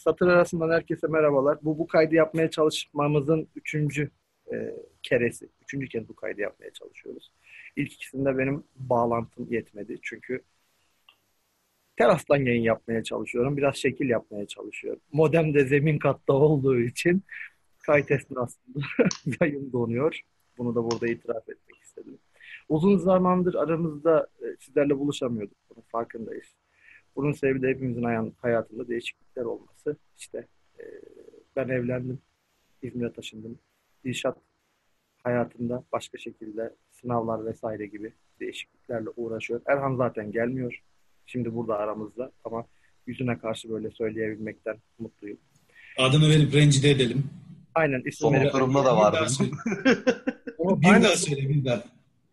Satır arasından herkese merhabalar. Bu kaydı yapmaya çalışmamızın üçüncü keresi. Üçüncü kez bu kaydı yapmaya çalışıyoruz. İlk ikisinde benim bağlantım yetmedi. Çünkü terastan yayın yapmaya çalışıyorum. Biraz şekil yapmaya çalışıyorum. Modem de zemin katta olduğu için kayıt esnasında yayın donuyor. Bunu da burada itiraf etmek istedim. Uzun zamandır aramızda sizlerle buluşamıyorduk. Bunun farkındayız. Bunun sebebi de hepimizin hayatında değişiklikler olması. İşte e, ben evlendim, İzmir'e taşındım. İnşaat hayatında başka şekilde sınavlar vesaire gibi değişikliklerle uğraşıyor. Erhan zaten gelmiyor. Şimdi burada aramızda ama yüzüne karşı böyle söyleyebilmekten mutluyum. Adını verip rencide edelim. Aynen isim Son verip oturumda da Bir daha vardım. söyle. Bir daha aynen söyle, bir daha.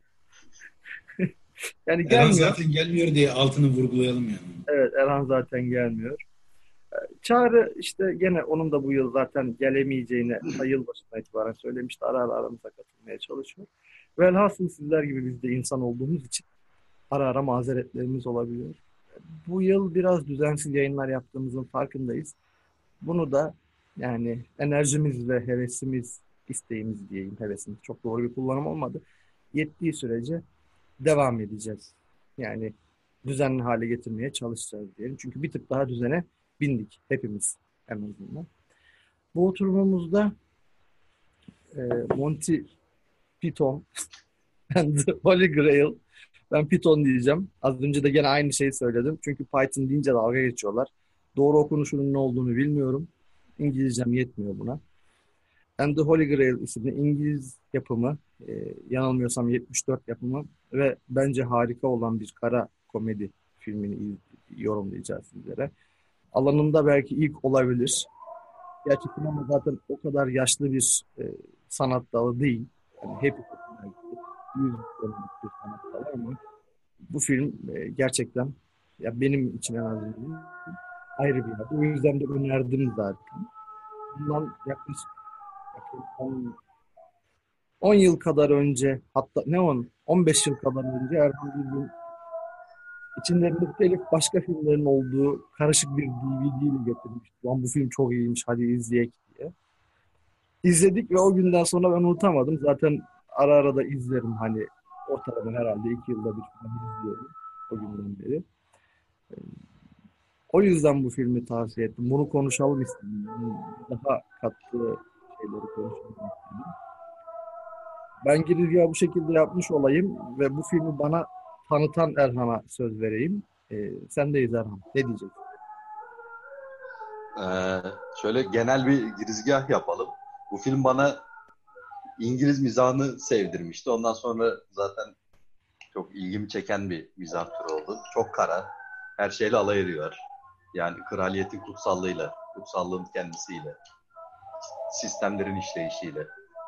yani Erhan gelmiyor. zaten gelmiyor diye altını vurgulayalım yani. Evet, Erhan zaten gelmiyor. Çağrı işte gene onun da bu yıl zaten gelemeyeceğini ta yılbaşından itibaren söylemişti. Ara ara aramıza katılmaya çalışıyor. Velhasıl sizler gibi biz de insan olduğumuz için ara ara mazeretlerimiz olabiliyor. Bu yıl biraz düzensiz yayınlar yaptığımızın farkındayız. Bunu da yani enerjimiz ve hevesimiz, isteğimiz diyeyim, hevesimiz çok doğru bir kullanım olmadı. Yettiği sürece devam edeceğiz. Yani düzenli hale getirmeye çalışacağız diyelim. Çünkü bir tık daha düzene bindik hepimiz en azından. Bu oturumumuzda e, Monty Python and the Holy Grail. Ben Python diyeceğim. Az önce de gene aynı şeyi söyledim. Çünkü Python deyince dalga geçiyorlar. Doğru okunuşunun ne olduğunu bilmiyorum. İngilizcem yetmiyor buna. And the Holy Grail isimli İngiliz yapımı, yanılmıyorsam 74 yapımı ve bence harika olan bir kara komedi filmini yorumlayacağız sizlere. Alanında belki ilk olabilir. Gerçi sinema zaten o kadar yaşlı bir sanat dalı değil. Yani hep belki 100 senelik bir sanat dalı ama bu film gerçekten ya benim için en azından ayrı bir yerde. O yüzden de önerdim zaten. Bundan yaklaşık 10 yıl kadar önce hatta ne 10 15 yıl kadar önce Erhan bir gün içinde muhtelif başka filmlerin olduğu karışık bir DVD ile getirmişti. Lan bu film çok iyiymiş hadi izleyek diye. İzledik ve o günden sonra ben unutamadım. Zaten ara ara da izlerim hani ortalama herhalde 2 yılda bir falan izliyorum o günden beri. O yüzden bu filmi tavsiye ettim. Bunu konuşalım istedim. Yani daha katlı şeyleri konuşalım istedim. Ben girizgahı bu şekilde yapmış olayım ve bu filmi bana tanıtan Erhan'a söz vereyim. Sendeyiz Erhan. Ne diyeceksin? Ee, Şöyle genel bir girizgah yapalım. Bu film bana İngiliz mizahını sevdirmişti. Ondan sonra zaten çok ilgimi çeken bir mizah türü oldu. Çok kara. Her şeyle alay ediyor. Yani kraliyetin kutsallığıyla, kutsallığın kendisiyle, sistemlerin işleyişiyle,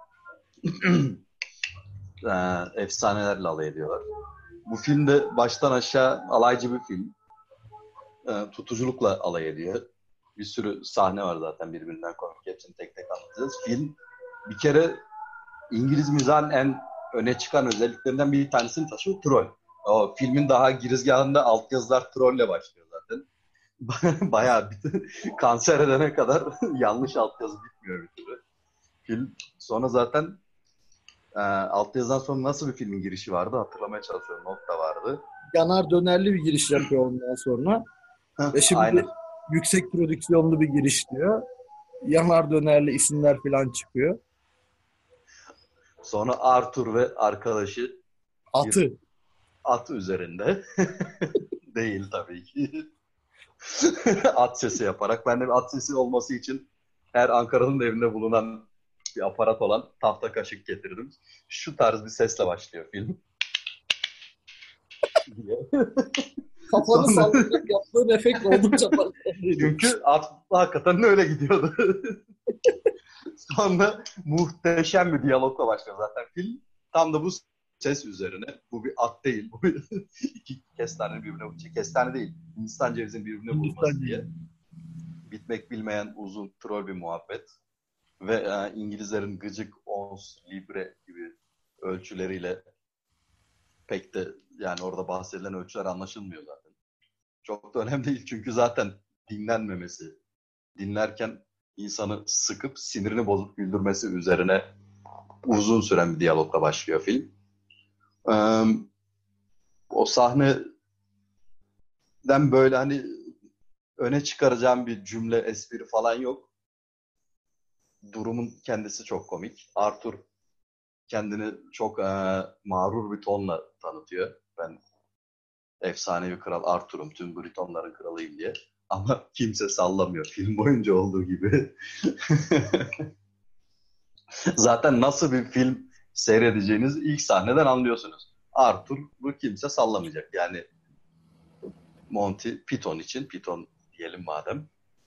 efsanelerle alay ediyorlar. Bu film de baştan aşağı alaycı bir film. Tutuculukla alay ediyor. Bir sürü sahne var zaten birbirinden komik. Hepsini tek tek anlatacağız. Film bir kere İngiliz mizahın en öne çıkan özelliklerinden bir tanesini taşıyor. Troll. O filmin daha girizgahında altyazılar trolle başlıyor zaten. Bayağı kanser edene kadar yanlış altyazı bitmiyor bir türlü. Film sonra zaten altyazıdan sonra nasıl bir filmin girişi vardı hatırlamaya çalışıyorum. Not da vardı. Yanar dönerli bir giriş yapıyor ondan sonra. Ve şimdi Aynen. yüksek prodüksiyonlu bir giriş diyor. Yanar dönerli isimler falan çıkıyor. Sonra Arthur ve arkadaşı bir Atı. at üzerinde. Değil tabii ki. At sesi yaparak. Ben de bir at sesi olması için her Ankara'nın evinde bulunan bir aparat olan tahta kaşık getirdim. Şu tarz bir sesle başlıyor film. Kafanı Sonra sallayarak yaptığın efekt oldukça başarılıydı. çünkü at hakikaten öyle gidiyordu. Sonra muhteşem bir diyalogla başlıyor zaten film. Tam da bu ses üzerine. Bu bir at değil. Bu bir iki kestane birbirine, kestane değil. Hindistan cevizinin birbirine Hindistan vurması cevizi. diye. Bitmek bilmeyen uzun troll bir muhabbet. Ve İngilizlerin gıcık ons, libre gibi ölçüleriyle pek de yani orada bahsedilen ölçüler anlaşılmıyor zaten. Çok da önemli değil çünkü zaten dinlenmemesi dinlerken insanı sıkıp sinirini bozup güldürmesi üzerine uzun süren bir diyalogla başlıyor film. O sahneden böyle hani öne çıkaracağım bir cümle, espri falan yok. Durumun kendisi çok komik. Arthur kendini çok mağrur bir tonla tanıtıyor. Ben efsanevi kral Arthur'um, tüm Britonların kralıyım diye. Ama kimse sallamıyor film boyunca olduğu gibi. Zaten nasıl bir film seyredeceğinizi ilk sahneden anlıyorsunuz. Arthur bu kimse sallamayacak. Yani Monty Piton için, Piton diyelim madem.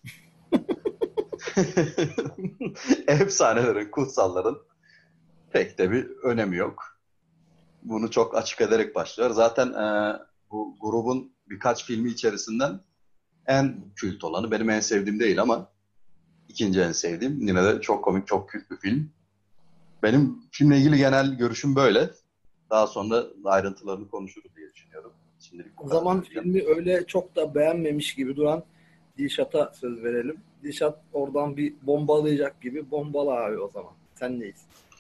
Efsanelerin, kutsalların pek de bir önemi yok. Bunu çok açık ederek başlıyor. Zaten bu grubun birkaç filmi içerisinden en kült olanı, benim en sevdiğim değil ama ikinci en sevdiğim, yine de çok komik, çok kült bir film. Benim filmle ilgili genel görüşüm böyle. Daha sonra ayrıntılarını konuşuruz diye düşünüyorum. Şimdilik O zaman filmi öyle çok da beğenmemiş gibi duran Dilşat'a söz verelim. Dilşat oradan bir bombalayacak gibi bombala abi o zaman. Sen neyiz?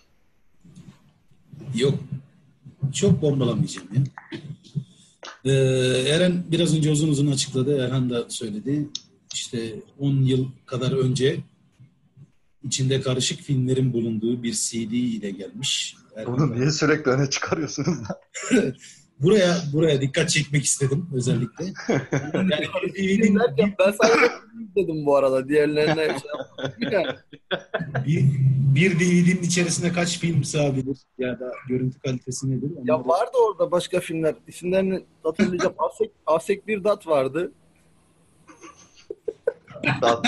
Yok. Çok bombalamayacağım ya. Eren biraz önce uzun uzun açıkladı. Erhan da söyledi. İşte 10 yıl kadar önce içinde karışık filmlerin bulunduğu bir CD ile gelmiş. Bunu niye sürekli öne çıkarıyorsunuz da? Buraya dikkat çekmek istedim özellikle. Yani Ben sadece dedim bu arada. Diğerlerine şey yapmadım. bir DVD'nin içerisinde kaç film sığabilir ya da görüntü kalitesi nedir? Ya vardı orada başka filmler. İsimlerini hatırlayacağım. Asek bir Dat vardı. Dat.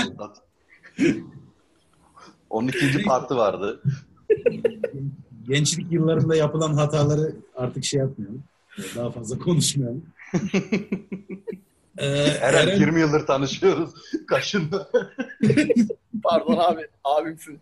Onun ikinci partı vardı. Gençlik yıllarında yapılan hataları artık şey yapmayalım. Daha fazla konuşmayalım. Eren 20 yıldır tanışıyoruz. Kaşınma. Pardon abi. Abimsin.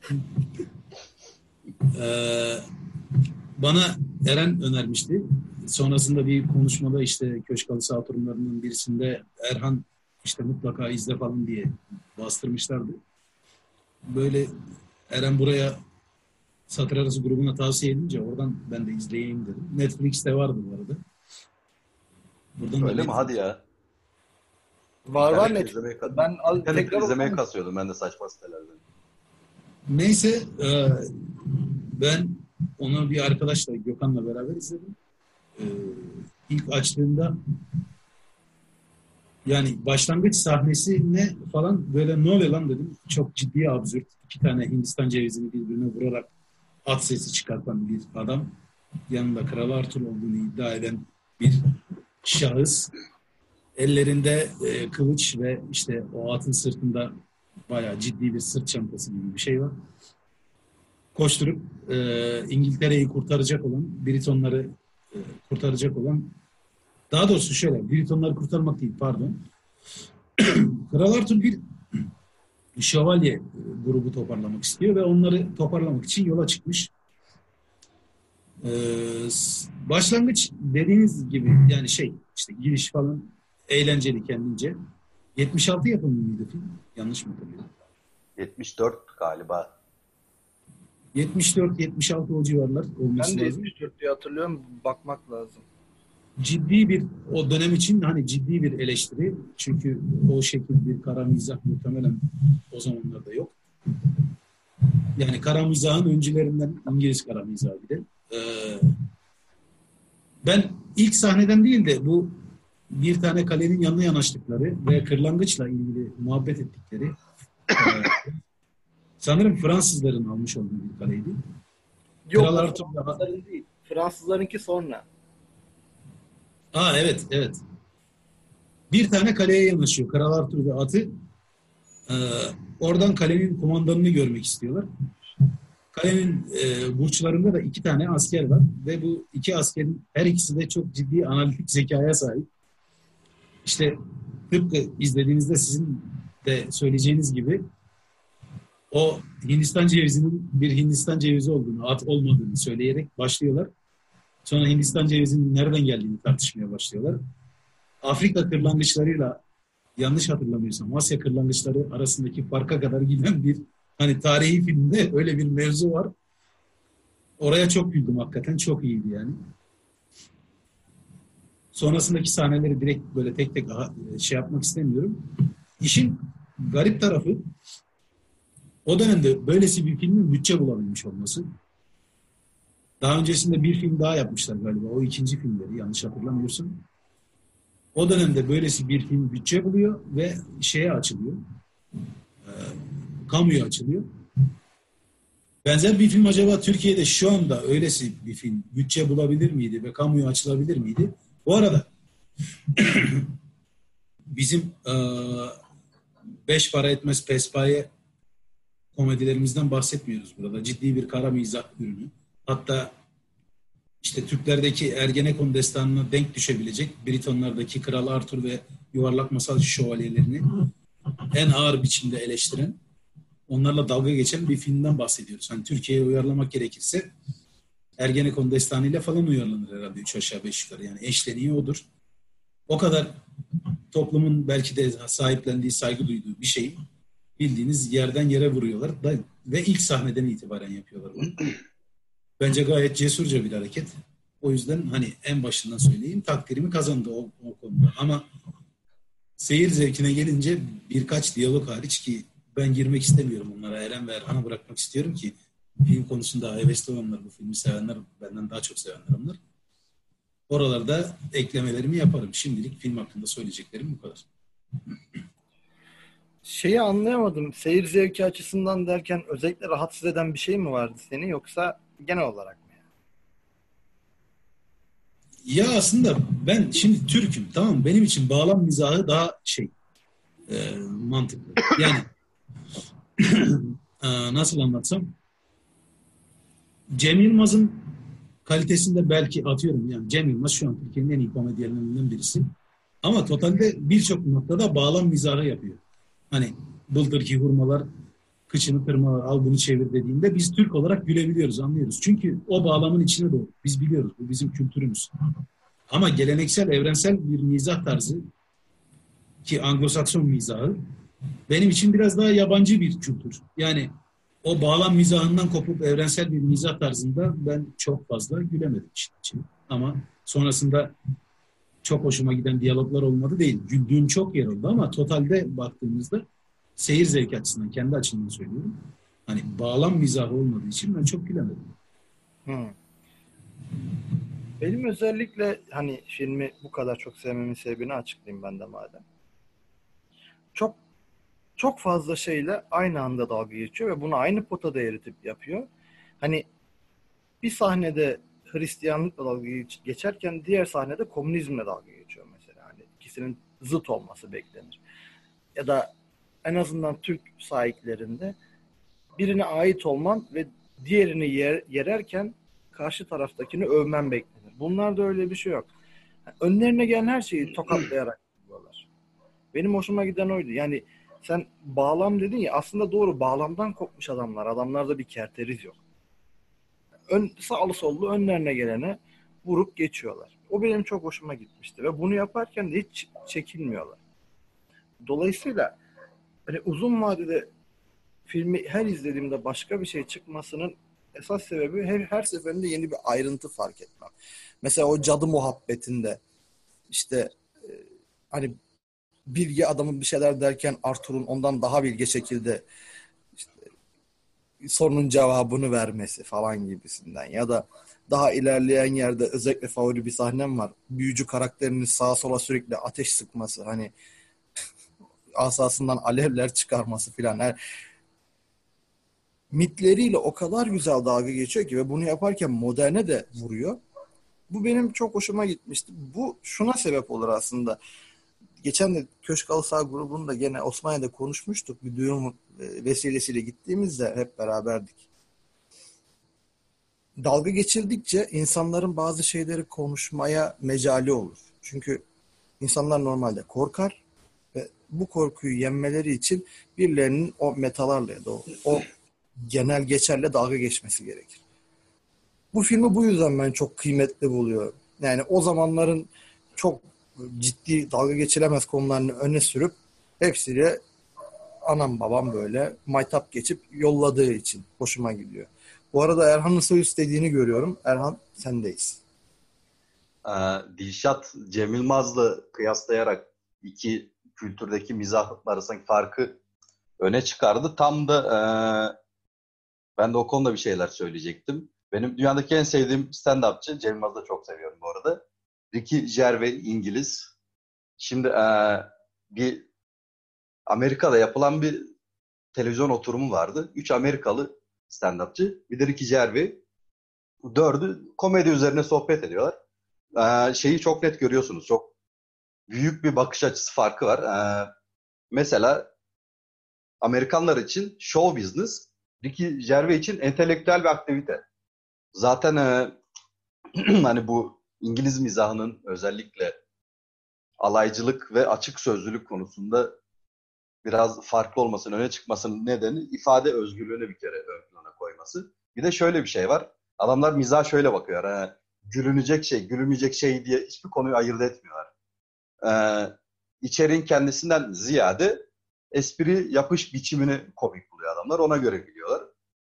Bana Eren önermişti. Sonrasında bir konuşmada işte Köşk Halı oturumlarının birisinde Erhan işte mutlaka izle falan diye bastırmışlardı. Böyle Eren buraya Satır Arası grubuna tavsiye edince oradan ben de izleyeyim dedim. Netflix'te vardı bu arada. Buradan Öyle mi? Hadi ya. Var ne? Ben tekrar izlemeye kasıyordum ben de saçma sitelerden. Neyse ben onu bir arkadaşla Gökhan'la beraber izledim. İlk açtığımda yani başlangıç sahnesine falan böyle ne oluyor lan dedim. Çok ciddi absürt. 2 tane Hindistan cevizini birbirine vurarak at sesi çıkartan bir adam. Yanında Kral Arthur olduğunu iddia eden bir şahıs. Ellerinde kılıç ve işte o atın sırtında bayağı ciddi bir sırt çantası gibi bir şey var. Koşturup İngiltere'yi kurtaracak olan, Britonları kurtaracak olan, daha doğrusu şöyle, Britonları kurtarmak değil, pardon. Kral Arthur bir şövalye grubu toparlamak istiyor ve onları toparlamak için yola çıkmış. Başlangıç dediğiniz gibi yani işte giriş falan eğlenceli kendince. 76 yapımı mıydı film? Yanlış mı hatırlıyorum? 74 galiba. 74-76 o civarlar olması Ben de lazım. 74 diye hatırlıyorum. Bakmak lazım. Ciddi bir, o dönem için hani ciddi bir eleştiri. Çünkü o şekil bir kara mizah muhtemelen o zamanlarda yok. Yani kara mizahın öncülerinden İngiliz kara mizahı bir de. Ben ilk sahneden değil de bu bir tane kalenin yanına yanaştıkları ve kırlangıçla ilgili muhabbet ettikleri sanırım Fransızların almış olduğu bir kaleydi. Yok, Kral Arthur Fransızların değil. Fransızlarınki sonra. Evet. Bir tane kaleye yanaşıyor. Kral Arthur ve atı. Oradan kalenin kumandanını görmek istiyorlar. Kalenin burçlarında da 2 tane asker var. Ve bu 2 askerin her ikisi de çok ciddi analitik zekaya sahip. İşte tıpkı izlediğinizde sizin de söyleyeceğiniz gibi o Hindistan cevizinin bir Hindistan cevizi olduğunu, at olmadığını söyleyerek başlıyorlar. Sonra Hindistan cevizinin nereden geldiğini tartışmaya başlıyorlar. Afrika kırlangıçlarıyla yanlış hatırlamıyorsam Asya Kırlangıçları arasındaki farka kadar giden bir hani tarihi filmde öyle bir mevzu var. Oraya çok güldüm hakikaten. Çok iyiydi yani. Sonrasındaki sahneleri direkt böyle tek tek şey yapmak istemiyorum. İşin garip tarafı o dönemde böylesi bir filmin bütçe bulabilmiş olması. Daha öncesinde bir film daha yapmışlar galiba. O ikinci filmleri yanlış hatırlamıyorsam. O dönemde böylesi bir film bütçe buluyor ve şeye açılıyor. Kamuya açılıyor. Benzer bir film acaba Türkiye'de şu anda öylesi bir film bütçe bulabilir miydi ve kamuya açılabilir miydi? Bu arada bizim beş para etmez pespaye komedilerimizden bahsetmiyoruz burada. Ciddi bir kara mizah ürünü. Hatta işte Türklerdeki Ergenekon destanına denk düşebilecek Britonlardaki Kral Arthur ve Yuvarlak Masal Şövalyelerini en ağır biçimde eleştiren, onlarla dalga geçen bir filmden bahsediyoruz. Hani Türkiye'ye uyarlamak gerekirse Ergenekon destanıyla falan uyarlanır herhalde 3 aşağı 5 yukarı. Yani eşleniği odur. O kadar toplumun belki de sahiplendiği, saygı duyduğu bir şeyi bildiğiniz yerden yere vuruyorlar ve ilk sahneden itibaren yapıyorlar bunu. Bence gayet cesurca bir hareket. O yüzden hani en başından söyleyeyim takdirimi kazandı o konuda. Ama seyir zevkine gelince birkaç diyalog hariç ki ben girmek istemiyorum onlara. Eren ve Erhan'a bırakmak istiyorum ki film konusunda hevesli olanlar, bu filmi sevenler, benden daha çok sevenler onlar. Oralarda eklemelerimi yaparım. Şimdilik film hakkında söyleyeceklerim bu kadar. Şeyi anlayamadım. Seyir zevki açısından derken özellikle rahatsız eden bir şey mi vardı seni yoksa genel olarak mı? Ya aslında ben şimdi Türk'üm, tamam mı? Benim için bağlam mizahı daha mantıklı. Yani nasıl anlatsam, Cem Yılmaz'ın kalitesinde belki atıyorum, yani Cem Yılmaz şu an Türkiye'nin en iyi komedyenlerinden birisi. Ama totalde birçok noktada bağlam mizahı yapıyor. Hani bıldır ki hurmalar, kıçını tırmalar, al bunu çevir dediğinde biz Türk olarak gülebiliyoruz, anlıyoruz. Çünkü o bağlamın içine doğru. Biz biliyoruz, bu bizim kültürümüz. Ama geleneksel, evrensel bir mizah tarzı ki Anglo-Sakson mizahı benim için biraz daha yabancı bir kültür. Yani o bağlam mizahından kopup evrensel bir mizah tarzında ben çok fazla gülemedim işin için. Ama sonrasında çok hoşuma giden diyaloglar olmadı değil. Güldüğüm çok yer oldu ama totalde baktığımızda seyir zevki açısından, kendi açımdan söylüyorum. Hani bağlam mizahı olmadığı için ben çok gülemedim. Benim özellikle hani filmi bu kadar çok sevmemin sebebini açıklayayım ben de madem. Çok fazla şeyle aynı anda dalga geçiyor ve bunu aynı potada eritip yapıyor. Hani bir sahnede Hristiyanlıkla dalga geçerken diğer sahnede komünizmle dalga geçiyor mesela. Hani ikisinin zıt olması beklenir. Ya da en azından Türk sahiplerinde birine ait olman ve diğerini yererken karşı taraftakini övmen beklenir. Bunlarda öyle bir şey yok. Önlerine gelen her şeyi tokatlayarak yapıyorlar. Benim hoşuma giden oydu. Yani sen bağlam dedin ya, aslında doğru, bağlamdan kopmuş adamlar. Adamlarda bir kerteriz yok. Sağlı sollu önlerine gelene vurup geçiyorlar. O benim çok hoşuma gitmişti ve bunu yaparken de hiç çekinmiyorlar. Dolayısıyla hani uzun vadede filmi her izlediğimde başka bir şey çıkmasının esas sebebi her seferinde yeni bir ayrıntı fark etmem. Mesela o cadı muhabbetinde işte hani bilge adamın bir şeyler derken Arthur'un ondan daha bilge şekilde işte sorunun cevabını vermesi falan gibisinden, ya da daha ilerleyen yerde özellikle favori bir sahnem var. Büyücü karakterinin sağa sola sürekli ateş sıkması, hani asasından alevler çıkarması filan. Yani mitleriyle o kadar güzel dalga geçiyor ki ve bunu yaparken moderne de vuruyor. Bu benim çok hoşuma gitmişti. Bu şuna sebep olur aslında. Geçen de Köşk Halı Saha grubunda gene Osmaniye'de konuşmuştuk. Bir düğün vesilesiyle gittiğimizde hep beraberdik. Dalga geçildikçe insanların bazı şeyleri konuşmaya mecali olur. Çünkü insanlar normalde korkar ve bu korkuyu yenmeleri için birilerinin o metalarla ya da o genel geçerle dalga geçmesi gerekir. Bu filmi bu yüzden ben çok kıymetli buluyorum. Yani o zamanların çok ciddi dalga geçilemez konularını öne sürüp Hepsiyle anam babam böyle maytap geçip yolladığı için hoşuma gidiyor. Bu arada Erhan'ın soy istediğini görüyorum. Erhan sendeyiz. Dilşat Cem Yılmaz'la kıyaslayarak iki kültürdeki mizah arasındaki farkı öne çıkardı. Tam da ben de o konuda bir şeyler söyleyecektim. Benim dünyadaki en sevdiğim stand-upçı, Cem Yılmaz'ı da çok seviyorum bu arada. Ricky Gervais, İngiliz. Şimdi bir Amerika'da yapılan bir televizyon oturumu vardı. 3 Amerikalı stand-upçı, bir de Ricky Gervais. Dördü komedi üzerine sohbet ediyorlar. Şeyi çok net görüyorsunuz. Çok büyük bir bakış açısı farkı var. Mesela Amerikanlar için show business, Ricky Gervais için entelektüel bir aktivite. Zaten hani bu İngiliz mizahının özellikle alaycılık ve açık sözlülük konusunda biraz farklı olmasının, öne çıkmasının nedeni ifade özgürlüğünü bir kere ön plana koyması. Bir de şöyle bir şey var. Adamlar mizaha şöyle bakıyor. Gülünecek şey, gülünmeyecek şey diye hiçbir konuyu ayırt etmiyorlar. İçeriğin kendisinden ziyade espri yapış biçimini komik buluyor adamlar. Ona göre gülüyorlar.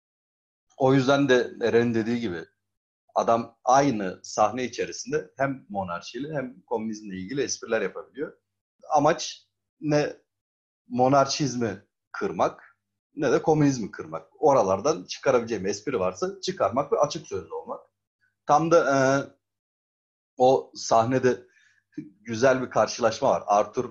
O yüzden de Eren'in dediği gibi adam aynı sahne içerisinde hem monarşiyle hem komünizmle ilgili espriler yapabiliyor. Amaç ne monarşizmi kırmak ne de komünizmi kırmak. Oralardan çıkarabileceğim espri varsa çıkarmak ve açık sözlü olmak. Tam da o sahnede güzel bir karşılaşma var. Arthur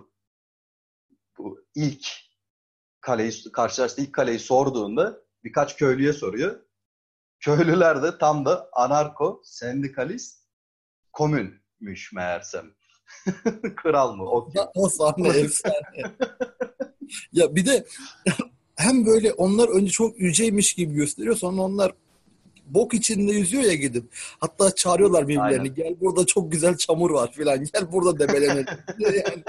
bu ilk karşılaştığı ilk kaleyi sorduğunda birkaç köylüye soruyor. Köylüler de tam da anarko, sendikalist, komünmüş meğersem. Kral mı? O kim? O sahne efsane. Ya bir de hem böyle onlar önce çok yüceymiş gibi gösteriyor, sonra onlar bok içinde yüzüyor ya gidip. Hatta çağırıyorlar birbirlerini. Aynen. Gel burada çok güzel çamur var filan. Gel burada debelenelim. Yani.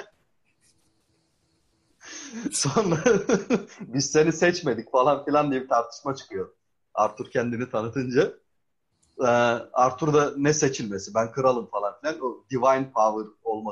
Sonra biz seni seçmedik falan filan diye bir tartışma çıkıyor. Arthur kendini tanıtınca. Arthur da ne seçilmesi, ben kralım falan filan. O divine power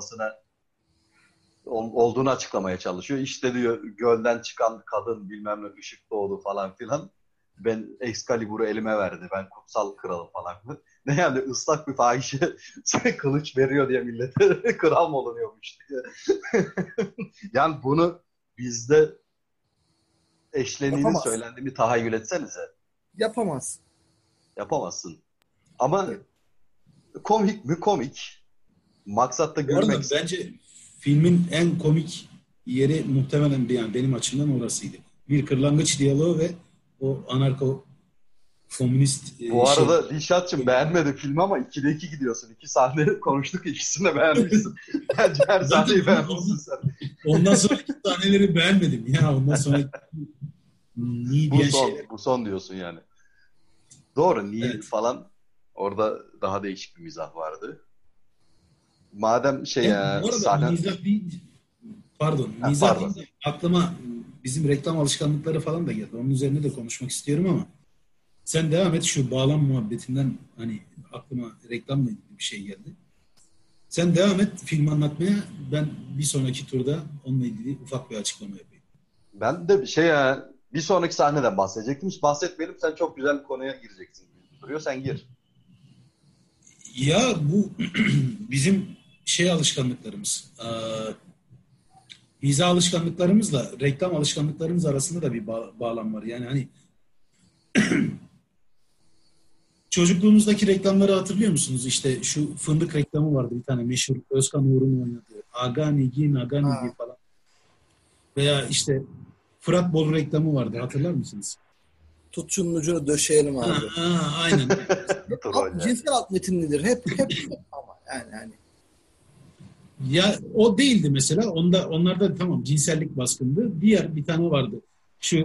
olduğunu açıklamaya çalışıyor. İşte diyor gölden çıkan kadın bilmem ne ışık doğdu falan filan. Ben Excalibur'u elime verdi. Ben kutsal kralım falan filan. Ne yani ıslak bir fahişe kılıç veriyor diye millete kral mı olunuyormuş diye. Yani bunu bizde eşleniğinin Yapamaz. söylendiğini tahayyül etsenize. Yapamaz. Yapamazsın. Ama komik mi komik. Maksatta Bu arada gülmek. bence filmin en komik yeri muhtemelen yani benim açımdan orasıydı. Bir kırlangıç diyaloğu ve o anarko komünist Bu arada Dilşat'cığım beğenmedim filmi ama 2'de 2 gidiyorsun. 2 sahne konuştuk, ikisini de beğenmişsin. Bence her sahneyi beğenmişsin sen. Ondan sonraki sahneleri beğenmedim ya. Ondan sonra niye diyen şeyler. Bu son diyorsun yani. Doğru, niye Evet. falan orada daha değişik bir mizah vardı. Madem Bu arada sahne... mizah deyince mizah pardon. deyince aklıma bizim reklam alışkanlıkları falan da geldi. Onun üzerine de konuşmak istiyorum ama sen devam et, şu bağlam muhabbetinden hani aklıma reklamla ilgili bir şey geldi. Sen devam et film anlatmaya, ben bir sonraki turda onunla ilgili ufak bir açıklama yapayım. Ben de bir sonraki sahneden bahsedecektim. Hiç bahsetmeyelim. Sen çok güzel bir konuya gireceksin. Duruyor, sen gir. Ya bu bizim alışkanlıklarımız, mizah alışkanlıklarımızla reklam alışkanlıklarımız arasında da bir bağlam var. Yani hani çocukluğumuzdaki reklamları hatırlıyor musunuz? İşte şu fındık reklamı vardı bir tane meşhur, Özkan Uğur'un oynadığı. Aganigi, Naganigi falan. Veya işte Fırat Bol reklamı vardı, hatırlar mısınız? Tut şunun ucunu döşeyelim abi. Aynen. Cinsel alt metinlidir. Hep ama yani. Ya o değildi mesela. Onlarda tamam cinsellik baskındı. Diğer bir tane vardı. Şu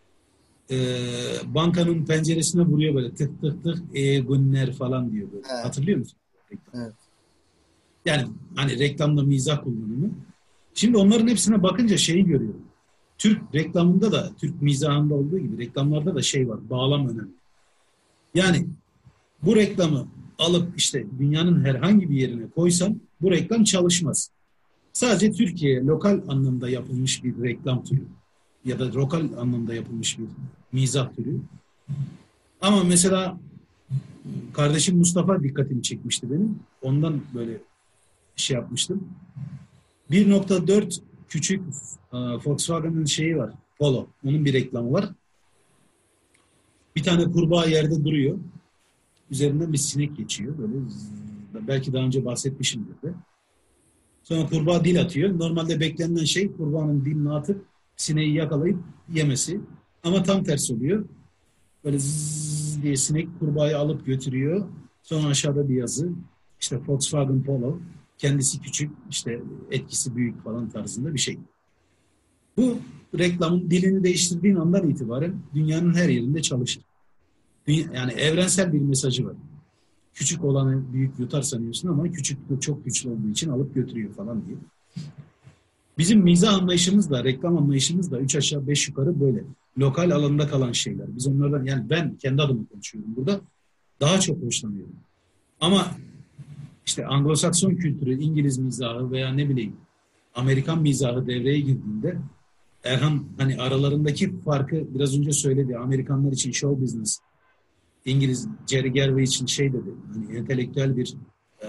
bankanın penceresine vuruyor böyle tık tık tık günler falan diyor böyle. Evet. Hatırlıyor musun? Evet. Yani hani reklamda mizah kullanımı. Şimdi onların hepsine bakınca şeyi görüyorum. Türk reklamında da, Türk mizahında olduğu gibi reklamlarda da şey var. Bağlam önemli. Yani bu reklamı alıp işte dünyanın herhangi bir yerine koysan bu reklam çalışmaz. Sadece Türkiye'ye lokal anlamda yapılmış bir reklam türü ya da lokal anlamda yapılmış bir mizah türü. Ama mesela kardeşim Mustafa dikkatimi çekmişti benim. Ondan böyle şey yapmıştım. 1.4 küçük Volkswagen'ın şeyi var. Polo. Onun bir reklamı var. Bir tane kurbağa yerde duruyor. Üzerinden bir sinek geçiyor. Böyle belki daha önce bahsetmişimdir de. Sonra kurbağa dil atıyor. Normalde beklenen şey kurbağanın dilini atıp sineği yakalayıp yemesi. Ama tam tersi oluyor. Böyle zzz diye sinek kurbağayı alıp götürüyor. Sonra aşağıda bir yazı. İşte Volkswagen Polo. Kendisi küçük, işte etkisi büyük falan tarzında bir şey. Bu reklamın dilini değiştirdiğin andan itibaren dünyanın her yerinde çalışır. Yani evrensel bir mesajı var. Küçük olanı büyük yutar sanıyorsun ama küçük çok güçlü olduğu için alıp götürüyor falan diye. Bizim mizah anlayışımız da, reklam anlayışımız da 3 aşağı 5 yukarı böyle. Lokal alanda kalan şeyler. Biz onlardan, yani ben kendi adıma konuşuyorum burada. Daha çok hoşlanıyorum. Ama işte Anglo-Sakson kültürü, İngiliz mizahı veya ne bileyim Amerikan mizahı devreye girdiğinde Erhan hani aralarındaki farkı biraz önce söyledi. Amerikanlar için show business, İngiliz Jerry Garvey için şey dedi. Hani entelektüel bir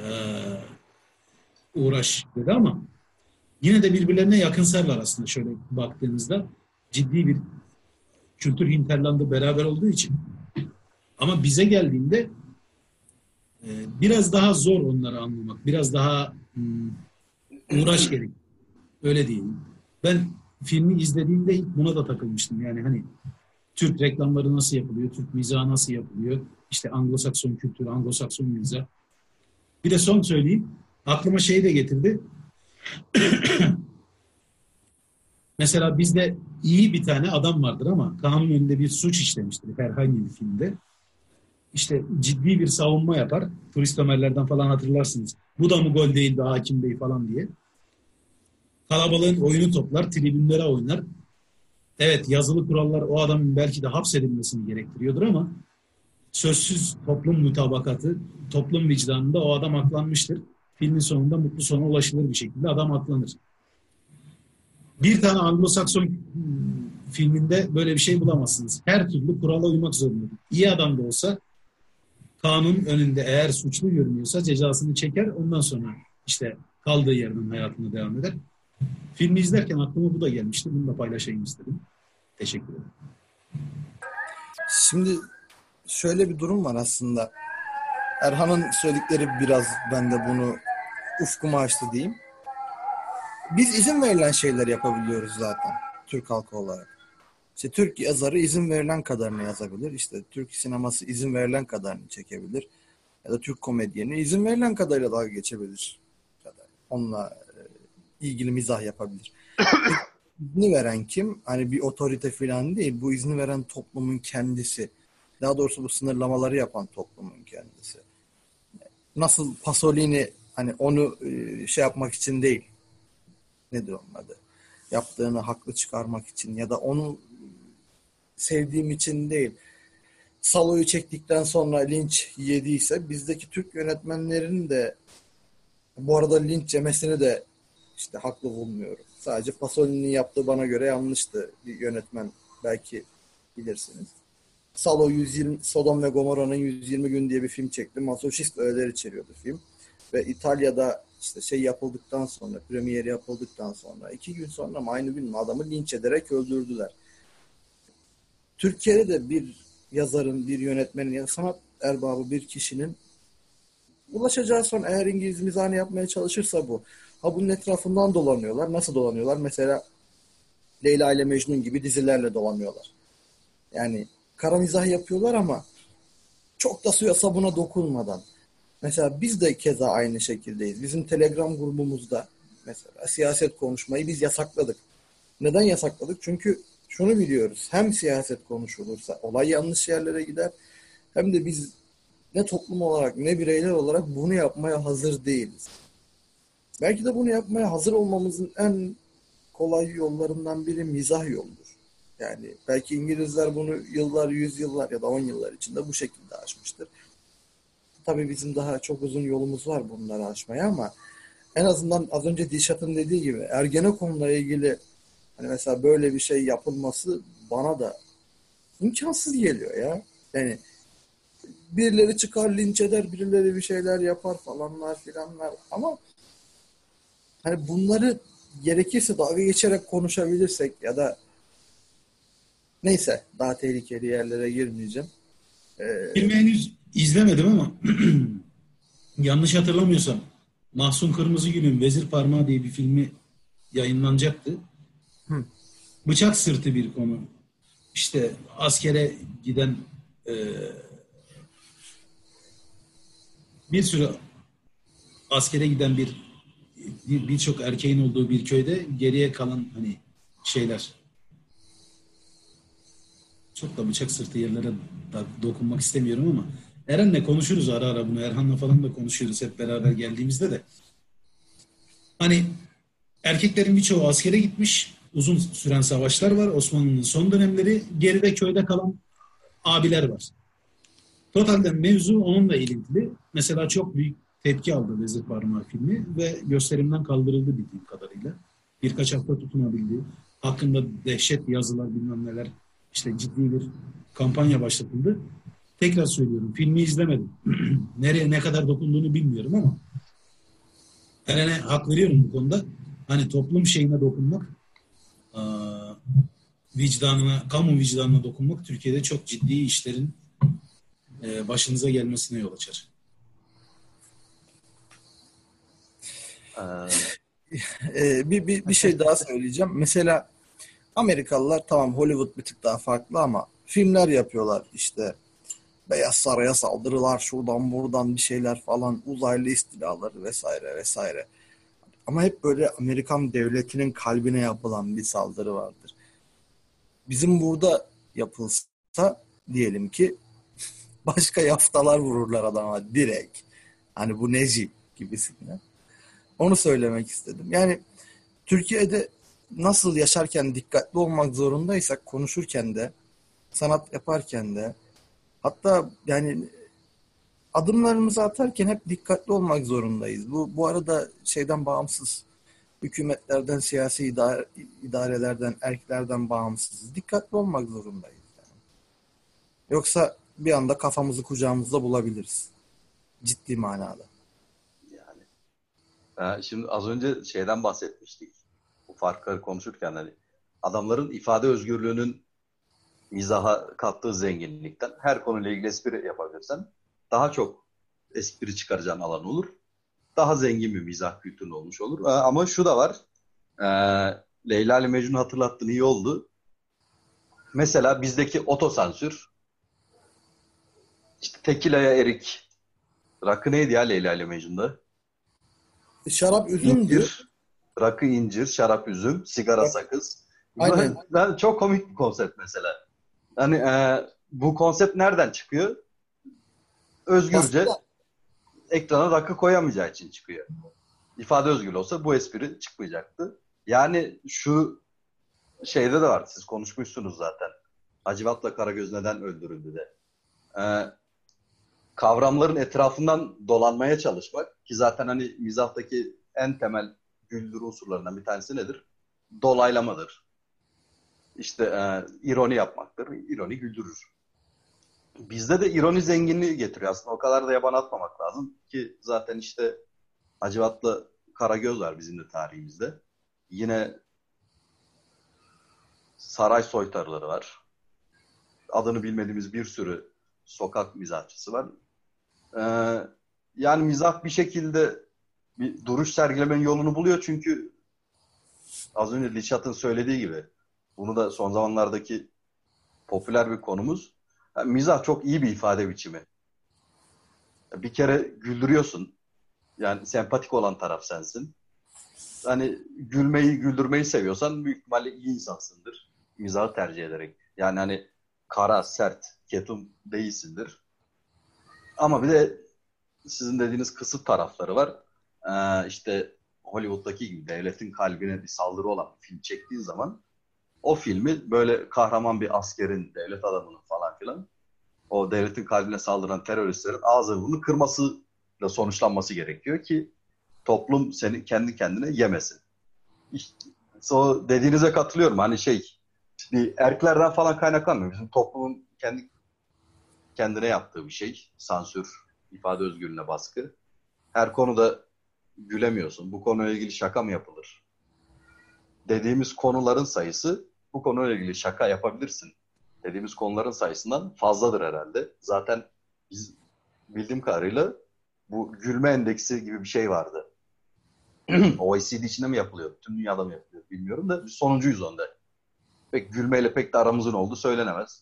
uğraş dedi ama yine de birbirlerine yakınserler aslında şöyle baktığınızda. Ciddi bir kültür hinterlandı beraber olduğu için. Ama bize geldiğinde biraz daha zor onları anlamak. Biraz daha uğraş gerek. Öyle diyeyim. Ben filmi izlediğimde ilk buna da takılmıştım. Yani hani Türk reklamları nasıl yapılıyor? Türk mizahı nasıl yapılıyor? İşte Anglo-Sakson kültürü, Anglo-Sakson mizah. Bir de son söyleyeyim. Aklıma şeyi de getirdi. Mesela bizde iyi bir tane adam vardır ama kanun önünde bir suç işlemiştir herhangi bir filmde. İşte ciddi bir savunma yapar. Turist Ömerlerden falan hatırlarsınız. Bu da mı gol değildi hakim bey falan diye. Kalabalığın oyunu toplar, tribünlere oynar. Evet, yazılı kurallar o adamın belki de hapsedilmesini gerektiriyordur ama sözsüz toplum mutabakatı, toplum vicdanında o adam aklanmıştır. Filmin sonunda mutlu sona ulaşılır bir şekilde adam aklanır. Bir tane Anglo-Sakson filminde böyle bir şey bulamazsınız. Her türlü kurala uymak zorundadır. İyi adam da olsa kanun önünde eğer suçlu görünüyorsa cezasını çeker. Ondan sonra işte kaldığı yerden hayatına devam eder. Filmi izlerken aklıma bu da gelmişti. Bunu da paylaşayım istedim. Teşekkür ederim. Şimdi şöyle bir durum var aslında. Erhan'ın söyledikleri biraz ben de bunu ufkumu açtı diyeyim. Biz izin verilen şeyler yapabiliyoruz zaten Türk halkı olarak. İşte Türk yazarı izin verilen kadarını yazabilir. İşte Türk sineması izin verilen kadarını çekebilir. Ya da Türk komedyeni izin verilen kadarıyla dalga geçebilir. Ya da onunla ilgili mizah yapabilir. İzni veren kim? Hani bir otorite falan değil. Bu izni veren toplumun kendisi. Daha doğrusu bu sınırlamaları yapan toplumun kendisi. Nasıl Pasolini hani onu şey yapmak için değil. Nedir onun adı? Yaptığını haklı çıkarmak için ya da onu sevdiğim için değil. Salo'yu çektikten sonra linç yediyse bizdeki Türk yönetmenlerin de bu arada linç yemesini de işte haklı bulmuyorum. Sadece Pasolini'nin yaptığı bana göre yanlıştı. Bir yönetmen belki bilirsiniz. Salo 120, Sodom ve Gomorra'nın 120 gün diye bir film çekti. Masochist öğeler içeriyordu film. Ve İtalya'da işte şey yapıldıktan sonra, premieri yapıldıktan sonra 2 gün sonra mı aynı gün mü adamı linç ederek öldürdüler. Türkiye'de de bir yazarın, bir yönetmenin ya sanat erbabı bir kişinin ulaşacağı son eğer İngiliz mizahını yapmaya çalışırsa bu. Ha bunun etrafından dolanıyorlar. Nasıl dolanıyorlar? Mesela Leyla ile Mecnun gibi dizilerle dolanıyorlar. Yani kara mizah yapıyorlar ama çok da suya sabuna dokunmadan. Mesela biz de keza aynı şekildeyiz. Bizim Telegram grubumuzda mesela siyaset konuşmayı biz yasakladık. Neden yasakladık? Çünkü şunu biliyoruz. Hem siyaset konuşulursa olay yanlış yerlere gider. Hem de biz ne toplum olarak ne bireyler olarak bunu yapmaya hazır değiliz. Belki de bunu yapmaya hazır olmamızın en kolay yollarından biri mizah yoludur. Yani belki İngilizler bunu yıllar, yüzyıllar ya da 10 yıllar içinde bu şekilde aşmıştır. Tabii bizim daha çok uzun yolumuz var bunları aşmaya ama en azından az önce Dilşat'ın dediği gibi Ergenekon'la ilgili hani mesela böyle bir şey yapılması bana da imkansız geliyor ya. Yani birileri çıkar linç eder, birileri bir şeyler yapar falanlar filanlar ama hani bunları gerekirse dalga geçerek konuşabilirsek ya da neyse daha tehlikeli yerlere girmeyeceğim. Filmi henüz izlemedim ama yanlış hatırlamıyorsam Mahsun Kırmızıgül'ün Vezir Parmağı diye bir filmi yayınlanacaktı. Hı. Bıçak sırtı bir konu. İşte askere giden bir sürü askere giden birçok erkeğin olduğu bir köyde geriye kalan hani şeyler. Çok da bıçak sırtı yerlere dokunmak istemiyorum ama Eren'le konuşuruz ara ara bunu. Erhan'la falan da konuşuyoruz hep beraber geldiğimizde de. Hani erkeklerin birçoğu askere gitmiş. Uzun süren savaşlar var. Osmanlı'nın son dönemleri. Geride köyde kalan abiler var. Totalde mevzu onunla ilintili. Mesela çok büyük tepki aldı Vezir Parmağı filmi ve gösterimden kaldırıldı bildiğim kadarıyla. Birkaç hafta tutunabildi. Hakkında dehşet yazılar bilmem neler. İşte ciddi bir kampanya başlatıldı. Tekrar söylüyorum filmi izlemedim. Nereye ne kadar dokunduğunu bilmiyorum ama Eren'e hak veriyorum bu konuda. Hani toplum şeyine dokunmak, vicdanına, kamu vicdanına dokunmak Türkiye'de çok ciddi işlerin başınıza gelmesine yol açar. Bir şey daha söyleyeceğim. Mesela Amerikalılar tamam Hollywood bir tık daha farklı ama filmler yapıyorlar işte Beyaz Saray'a saldırılar şuradan buradan bir şeyler falan uzaylı istilaları vesaire vesaire. Ama hep böyle Amerikan devletinin kalbine yapılan bir saldırı vardır. Bizim burada yapılsa diyelim ki başka yaftalar vururlar adama direkt. Hani bu neci gibisinden. Onu söylemek istedim. Yani Türkiye'de nasıl yaşarken dikkatli olmak zorundaysak konuşurken de sanat yaparken de hatta yani adımlarımızı atarken hep dikkatli olmak zorundayız. Bu arada şeyden bağımsız hükümetlerden, siyasi idarelerden, erklerden bağımsız dikkatli olmak zorundayız. Yani. Yoksa bir anda kafamızı kucağımızda bulabiliriz. Ciddi manada. Şimdi az önce şeyden bahsetmiştik. Bu farkları konuşurken hani adamların ifade özgürlüğünün mizaha kattığı zenginlikten her konuyla ilgili espri yapabilirsen daha çok espri çıkaracağın alan olur. Daha zengin bir mizah kültürü olmuş olur. Ama şu da var. Leyla ile Mecnun hatırlattığın iyi oldu. Mesela bizdeki otosansür işte tekilaya erik. Rakı neydi ya Leyla ile Mecnun'da? Şarap üzümdü. İncir, rakı incir, şarap üzüm, sigara sakız. Aynen. Çok komik bir konsept mesela. Hani bu konsept nereden çıkıyor? Özgürce Aslında ekrana rakı koyamayacağı için çıkıyor. İfade özgürlüğü olsa bu espri çıkmayacaktı. Yani şu şeyde de var. Siz konuşmuşsunuz zaten. Hacivat'la Karagöz neden öldürüldü de. Kavramların etrafından dolanmaya çalışmak ki zaten hani mizahtaki en temel güldürü unsurlarından bir tanesi nedir? Dolaylamadır. İşte ironi yapmaktır. İroni güldürür. Bizde de ironi zenginliği getiriyor aslında. O kadar da yaban atmamak lazım ki zaten işte Hacivat'la Karagöz var bizim de tarihimizde. Yine saray soytarıları var. Adını bilmediğimiz bir sürü sokak mizahçısı var. Yani mizah bir şekilde bir duruş sergilemenin yolunu buluyor çünkü az önce Dilşat'ın söylediği gibi bunu da son zamanlardaki popüler bir konumuz. Yani mizah çok iyi bir ifade biçimi. Bir kere güldürüyorsun. Yani sempatik olan taraf sensin. Hani gülmeyi, güldürmeyi seviyorsan büyük ihtimalle iyi insansındır. Mizahı tercih ederek. Yani hani kara, sert, ketum değilsindir. Ama bir de sizin dediğiniz kısıt tarafları var. İşte Hollywood'daki gibi devletin kalbine bir saldırı olan bir film çektiğin zaman o filmi böyle kahraman bir askerin, devlet adamının falan filan o devletin kalbine saldıran teröristlerin ağzını kırmasıyla sonuçlanması gerekiyor ki toplum seni kendi kendine yemesin. İşte, o dediğinize katılıyorum. Hani bir erkeklerden falan kaynaklanmıyor. Bizim toplumun kendi kendine yaptığı bir şey. Sansür, ifade özgürlüğüne baskı. Her konuda gülemiyorsun. Bu konuyla ilgili şaka mı yapılır? Dediğimiz konuların sayısı, bu konuyla ilgili şaka yapabilirsin dediğimiz konuların sayısından fazladır herhalde. Zaten biz bildiğim kadarıyla bu gülme endeksi gibi bir şey vardı. OECD içinde mi yapılıyor? Tüm dünyada mı yapılıyor? Bilmiyorum da biz sonuncuyuz onda. Gülmeyle pek de aramızın olduğu söylenemez.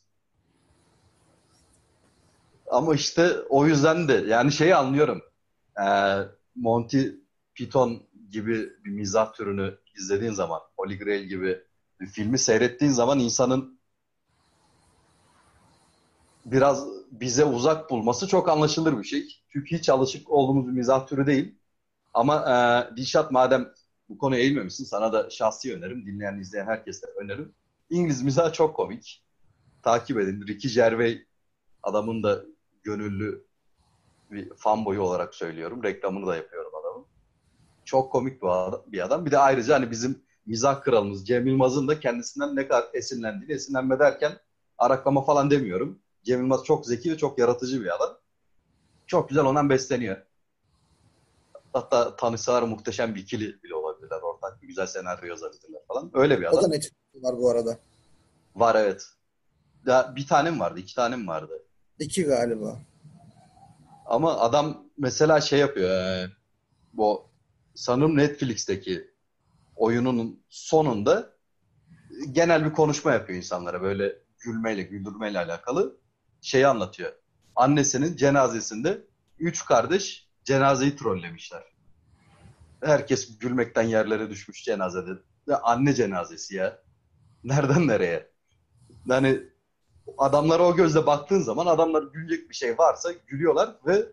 Ama işte o yüzden de yani anlıyorum. Monty Python gibi bir mizah türünü izlediğin zaman, Holy Grail gibi bir filmi seyrettiğin zaman insanın biraz bize uzak bulması çok anlaşılır bir şey. Çünkü hiç alışık olduğumuz bir mizah türü değil. Ama Dilşat, madem bu konuya eğilmemişsin, sana da şahsi önerim, dinleyen izleyen herkese önerim. İngiliz mizahı çok komik. Takip edin. Ricky Gervais adamın da gönüllü bir fanboyu olarak söylüyorum. Reklamını da yapıyorum adamın. Çok komik bir adam. Bir de ayrıca hani bizim mizah kralımız Cem Yılmaz'ın da kendisinden ne kadar esinlendiğini, esinlenme derken araklama falan demiyorum. Cem Yılmaz çok zeki ve çok yaratıcı bir adam. Çok güzel ondan besleniyor. Hatta tanışsalar muhteşem bir ikili bile olabilirler ortak. Bir güzel senaryo yazabilirler falan. Öyle bir O da adam. Netflix'te var bu arada. Var, evet. Ya bir tane mi vardı? 2 tane mi vardı? 2 galiba. Ama adam mesela yapıyor. Bu sanırım Netflix'teki oyunun sonunda genel bir konuşma yapıyor insanlara. Böyle gülmeyle, güldürmeyle alakalı anlatıyor. Annesinin cenazesinde 3 kardeş cenazeyi trollemişler. Herkes gülmekten yerlere düşmüş cenazede. Ve anne cenazesi ya. Nereden nereye? Yani adamlara o gözle baktığın zaman adamlar gülecek bir şey varsa gülüyorlar ve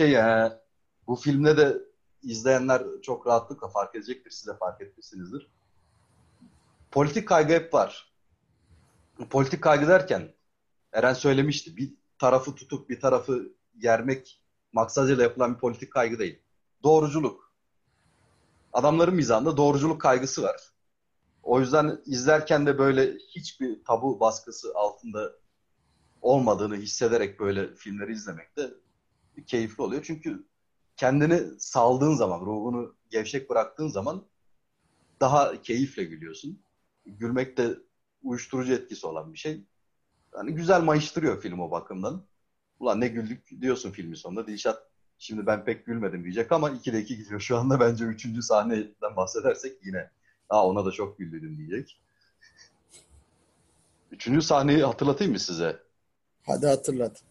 bu filmde de izleyenler çok rahatlıkla fark edecektir. Siz de fark etmişsinizdir. Politik kaygı hep var. Politik kaygı derken Eren söylemişti. Bir tarafı tutup bir tarafı yermek maksadıyla yapılan bir politik kaygı değil. Doğruculuk. Adamların mizahında doğruculuk kaygısı var. O yüzden izlerken de böyle hiçbir tabu baskısı altında olmadığını hissederek böyle filmleri izlemek de keyifli oluyor. Çünkü kendini saldığın zaman, ruhunu gevşek bıraktığın zaman daha keyifle gülüyorsun. Gülmek de uyuşturucu etkisi olan bir şey. Yani güzel mayıştırıyor film o bakımdan. Ulan ne güldük diyorsun filmin sonunda. Dilşat şimdi ben pek gülmedim diyecek ama 2'de 2 gidiyor. Şu anda bence 3. sahneden bahsedersek yine ona da çok güldüm diyecek. 3. sahneyi hatırlatayım mı size? Hadi hatırlat.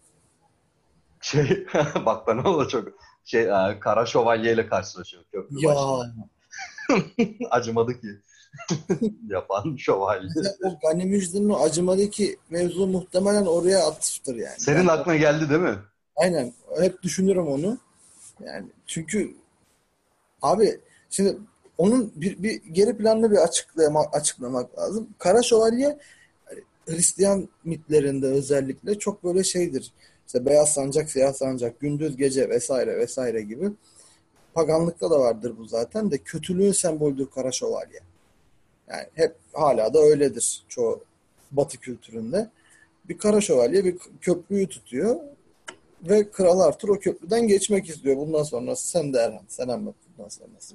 Bak ben ona çok Kara Şövalye ile karşılaşıyor köprü Ya başında. Acımadı ki yapan şövalye. o Gani Müjde'nin o acımadaki mevzu muhtemelen oraya atıftır yani. Senin aklına geldi değil mi? Aynen. Hep düşünürüm onu. Yani çünkü abi şimdi onun bir geri planlı bir açıklamak lazım. Kara Şövalye Hristiyan mitlerinde özellikle çok böyle şeydir. İşte beyaz sancak, siyah sancak, gündüz gece vesaire vesaire gibi. Paganlıkta da vardır bu zaten de kötülüğün sembolüdür Kara Şövalye. Yani hep hala da öyledir çoğu Batı kültüründe. Bir Kara Şövalye bir köprüyü tutuyor ve Kral Arthur o köprüden geçmek istiyor. Bundan sonrası sen de Erhan. Sen anlat bundan sonrası.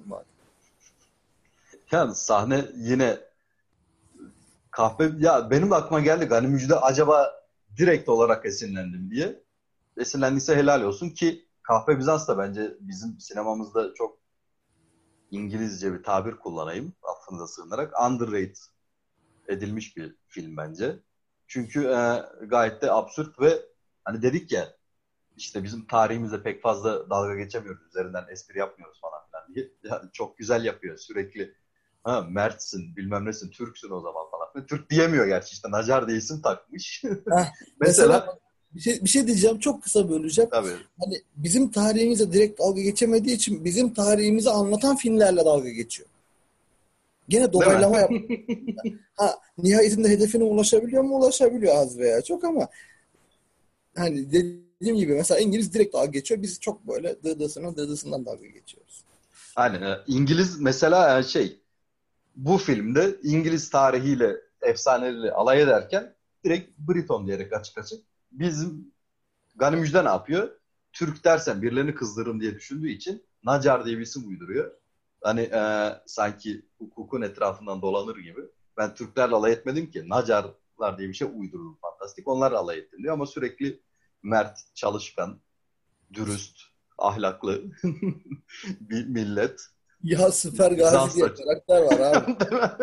Yani sahne yine kahve, ya benim de aklıma geldi Gani Müjde acaba direkt olarak esinlendim diye. Esinlendiyse helal olsun ki Kahve Bizans da bence bizim sinemamızda çok İngilizce bir tabir kullanayım affınıza sığınarak underrated edilmiş bir film bence. Çünkü gayet de absürt ve hani dedik ya işte bizim tarihimizde pek fazla dalga geçemiyoruz, üzerinden espri yapmıyoruz falan filan diye. Yani çok güzel yapıyor sürekli. Mert'sin, bilmem nesin, Türksün o zaman falan. Türk diyemiyor gerçi, işte Nacar diye isim takmış. Mesela bir şey diyeceğim, çok kısa böleceğim. tabii. Hani bizim tarihimize direkt dalga geçemediği için bizim tarihimizi anlatan filmlerle dalga geçiyor. Gene doğaylama yapıyor. Nihayetinde hedefine ulaşabiliyor mu? Ulaşabiliyor az veya çok ama hani dediğim gibi mesela İngiliz direkt dalga geçiyor. Biz çok böyle dıdısından dalga geçiyoruz. Hani İngiliz mesela bu filmde İngiliz tarihiyle, efsaneleriyle alay ederken direkt Briton diyerek açık açık. Bizim Gani Müjde ne yapıyor? Türk dersen birilerini kızdırırım diye düşündüğü için Nacar diye bir isim uyduruyor. Hani sanki hukukun etrafından dolanır gibi. Ben Türklerle alay etmedim ki. Nacarlar diye bir şey uydururum, fantastik. Onlarla alay ettim diyor ama sürekli mert, çalışkan, dürüst, ahlaklı bir millet. Ya Süper Gazi diye karakter var abi.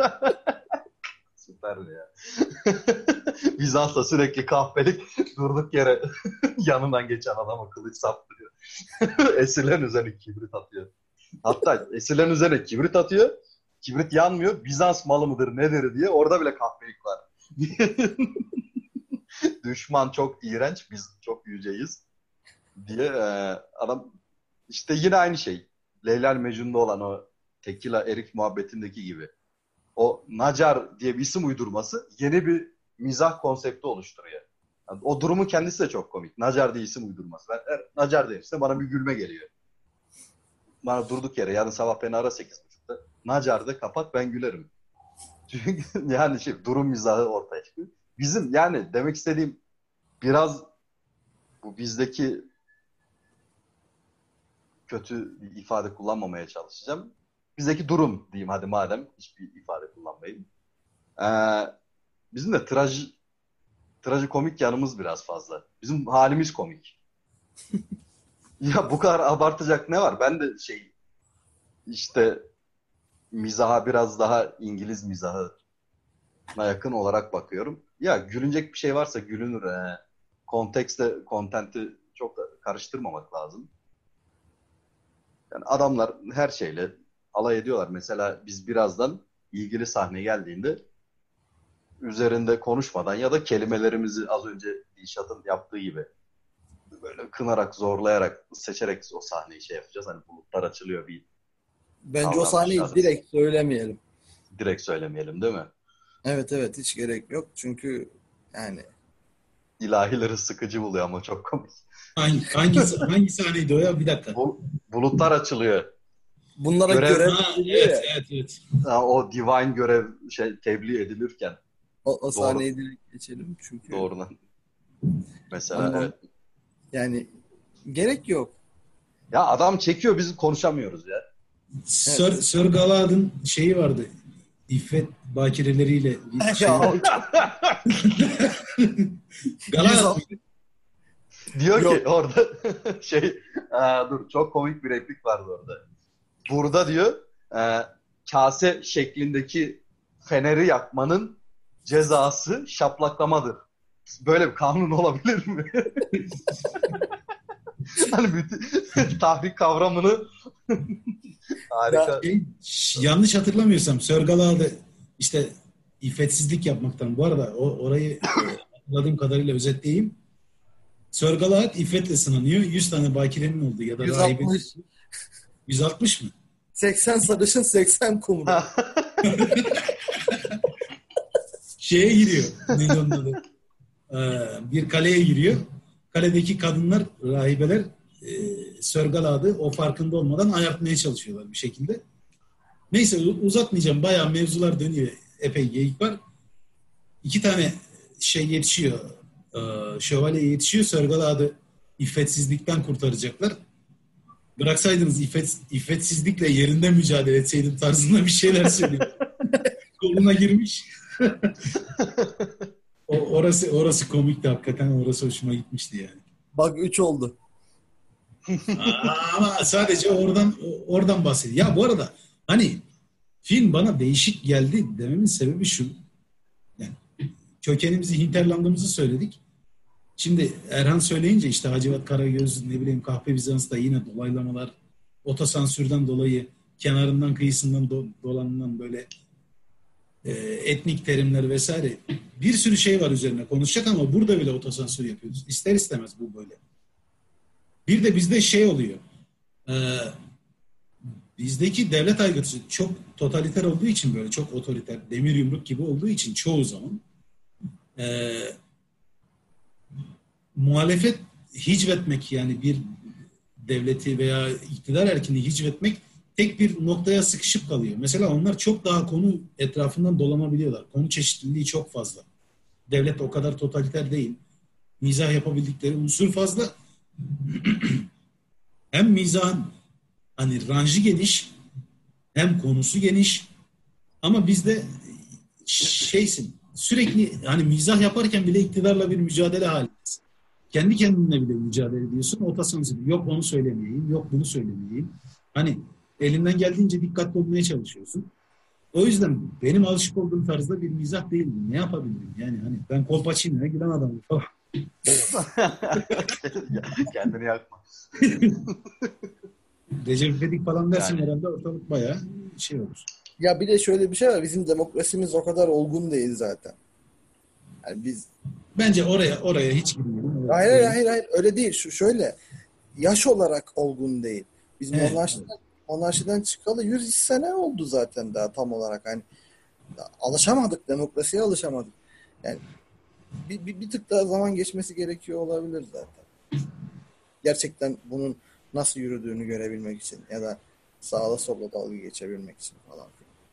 Süper ya. Bizans'ta sürekli kahpelik, durduk yere yanından geçen adama kılıç saptırıyor. Esirlerin üzerine kibrit atıyor. Hatta esirlerin üzerine kibrit atıyor. Kibrit yanmıyor. Bizans malı mıdır nedir diye orada bile kahpelik var. Düşman çok iğrenç, biz çok yüceyiz diye adam işte yine aynı şey. Leyla Mecnun'da olan o Tekila Erik muhabbetindeki gibi. O Nacar diye bir isim uydurması yeni bir mizah konsepti oluşturuyor. Yani o durumun kendisi de çok komik. Nacar diye isim uydurması. Ben Nacar demişse bana bir gülme geliyor. Bana durduk yere yarın sabah beni ara 8.30'da. Nacar'da kapat ben gülerim. Çünkü yani durum mizahı ortaya çıkıyor. Bizim yani demek istediğim biraz bu bizdeki kötü bir ifade kullanmamaya çalışacağım. Bizdeki durum diyeyim hadi madem hiçbir ifade kullanmayayım. Bizim de trajikomik yanımız biraz fazla. Bizim halimiz komik. Ya bu kadar abartacak ne var? Ben de işte mizaha biraz daha İngiliz mizahına yakın olarak bakıyorum. Ya gülünecek bir şey varsa gülünür. Kontekste, kontenti çok da karıştırmamak lazım. Yani adamlar her şeyle alay ediyorlar. Mesela biz birazdan ilgili sahne geldiğinde üzerinde konuşmadan ya da kelimelerimizi az önce Dilşat'ın yaptığı gibi böyle kınarak, zorlayarak, seçerek o sahneyi yapacağız. Hani bulutlar açılıyor bir Bence o sahneyi direkt söylemeyelim. Direkt söylemeyelim değil mi? Evet hiç gerek yok. Çünkü yani İlahileri sıkıcı buluyor ama çok komik. Hangi sahneydi o ya? Bir dakika. Bulutlar açılıyor. Bunlara görev evet. O divine görev tebliğ edilirken. O sahneyi direkt geçelim çünkü. Doğrudan. Mesela evet. Yani gerek yok. Ya adam çekiyor biz konuşamıyoruz ya. Sir Galahad'ın vardı. İffet bakireleriyle Galahad diyor ki orada dur çok komik bir replik vardı orada. Burada diyor kase şeklindeki feneri yakmanın cezası şaplaklamadır. Böyle bir kanun olabilir mi? Hani bütün tahrik kavramını harika. Yanlış hatırlamıyorsam Sir Galahad'ı işte iffetsizlik yapmaktan, bu arada orayı hatırladığım kadarıyla özetleyeyim. Sir Galahad iffetle sınanıyor. 100 tane bakirenin oldu ya da 160. 160 mı? 80 sarışın 80 kumru. Giriyor. Neydi onun adı? Bir kaleye giriyor. Kaledeki kadınlar, rahibeler Sir Galahad'ı o farkında olmadan ayartmaya çalışıyorlar bir şekilde. Neyse uzatmayacağım. Bayağı mevzular dönüyor. Epey geyik var. 2 tane yetişiyor. Şövalye yetişiyor. Sir Galahad'ı iffetsizlikten kurtaracaklar. Bıraksaydınız iffetsizlikle yerinde mücadele etseydim tarzında bir şeyler söylüyor. Koluna girmiş. Orası komikti hakikaten. Orası hoşuma gitmişti yani. Bak 3 oldu. Ama sadece oradan bahsediyor. Ya bu arada hani film bana değişik geldi dememin sebebi şu. Yani kökenimizi, Hinterland'ımızı söyledik. Şimdi Erhan söyleyince işte Hacivat Karagöz, Kahpe Bizans'ta yine dolaylamalar, otosansürden dolayı kenarından kıyısından dolanılan böyle etnik terimler vesaire. Bir sürü şey var üzerine konuşacak ama burada bile otosansür yapıyoruz. İster istemez bu böyle. Bir de bizde oluyor. Bizdeki devlet aygıtısı çok totaliter olduğu için, böyle çok otoriter, demir yumruk gibi olduğu için çoğu zaman muhalefet hicvetmek, yani bir devleti veya iktidar erkini hicvetmek tek bir noktaya sıkışıp kalıyor. Mesela onlar çok daha konu etrafından dolanabiliyorlar. Konu çeşitliliği çok fazla. Devlet o kadar totaliter değil. Mizah yapabildikleri unsur fazla. Hem mizahın hani ranjı geniş, hem konusu geniş. Ama bizde şeysin, sürekli hani mizah yaparken bile iktidarla bir mücadele halindesin. Kendi kendine bile mücadele ediyorsun. Ortasını yok onu söylemeyeyim, yok bunu söylemeyeyim. Hani elinden geldiğince dikkatli olmaya çalışıyorsun. O yüzden benim alışık olduğum tarzda bir mizah değil bu. Ne yapabilirim? Yani hani ben Kolpaçino'ya giden adamım falan. Kendini yakma. Recep İvedik falan dersin Yani. herhalde ortalık bayağı şey olur. Ya bir de şöyle bir şey var. Bizim demokrasimiz o kadar olgun değil zaten. Yani biz Bence oraya hiç girmeyelim. hayır öyle değil. Şöyle yaş olarak olgun değil. Biz Evet. monarşiden çıkalı 100 sene oldu zaten daha tam olarak. Hani alışamadık, demokrasiye alışamadık. Yani bir tık daha zaman geçmesi gerekiyor olabilir zaten. Gerçekten bunun nasıl yürüdüğünü görebilmek için ya da sağda solda dalga geçebilmek için falan.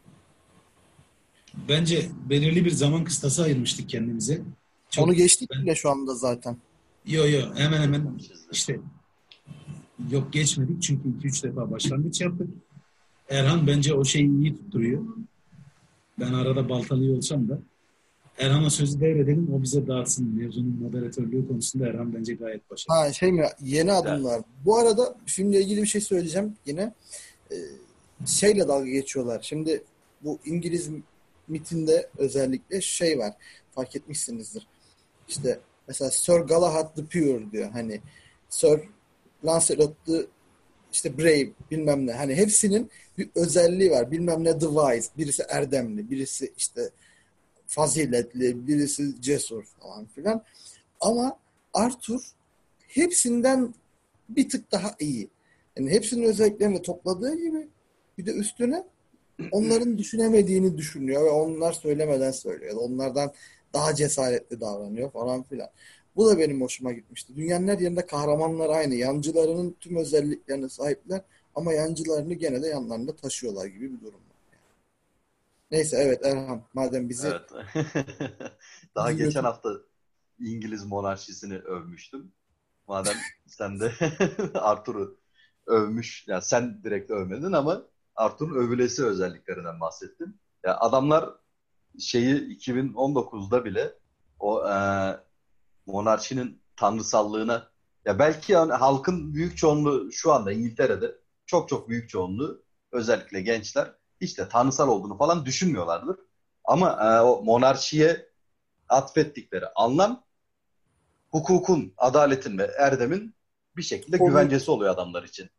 Bence belirli bir zaman kıstası ayırmıştık kendimize. Çok, Onu geçtik bile şu anda zaten. Yo hemen hemen işte yok geçmedik çünkü 2-3 defa başlangıç yaptık. Erhan bence o şeyi iyi tutturuyor. Ben arada baltalıyor olsam da Erhan'a sözü devredelim, o bize dağıtsın. Mevzunun moderatörlüğü konusunda Erhan bence gayet başarılı. Ha şey mi? Yeni adımlar. Bu arada filmle ilgili bir şey söyleyeceğim yine. Şeyle dalga geçiyorlar. Şimdi bu İngiliz mitinde özellikle şey var. Fark etmişsinizdir. İşte mesela Sir Galahad the Pure diyor. Hani Sir Lancelot the işte Brave bilmem ne. Hani hepsinin bir özelliği var. Bilmem ne the Wise. Birisi erdemli. Birisi işte faziletli. Birisi cesur falan filan. Ama Arthur hepsinden bir tık daha iyi. Yani hepsinin özelliklerini topladığı gibi bir de üstüne onların düşünemediğini düşünüyor ve onlar söylemeden söylüyor. Onlardan daha cesaretli davranıyor falan filan. Bu da benim hoşuma gitmişti. Dünyanın her yerinde kahramanlar aynı. Yancılarının tüm özelliklerine sahipler ama yancılarını gene de yanlarında taşıyorlar gibi bir durum var. Neyse evet Erhan madem Evet. Daha bizi geçen götür. hafta İngiliz monarşisini övmüştüm. Madem sen de Arthur'u övmüş, yani sen direkt övmedin ama Arthur'un övülesi özelliklerinden bahsettin. Ya adamlar şeyi 2019'da bile o monarşinin tanrısallığına, ya belki yani halkın büyük çoğunluğu şu anda İngiltere'de, çok çok büyük çoğunluğu, özellikle gençler hiç de tanrısal olduğunu falan düşünmüyorlardır. Ama o monarşiye atfettikleri anlam hukukun, adaletin ve erdemin bir şekilde güvencesi oluyor adamlar için.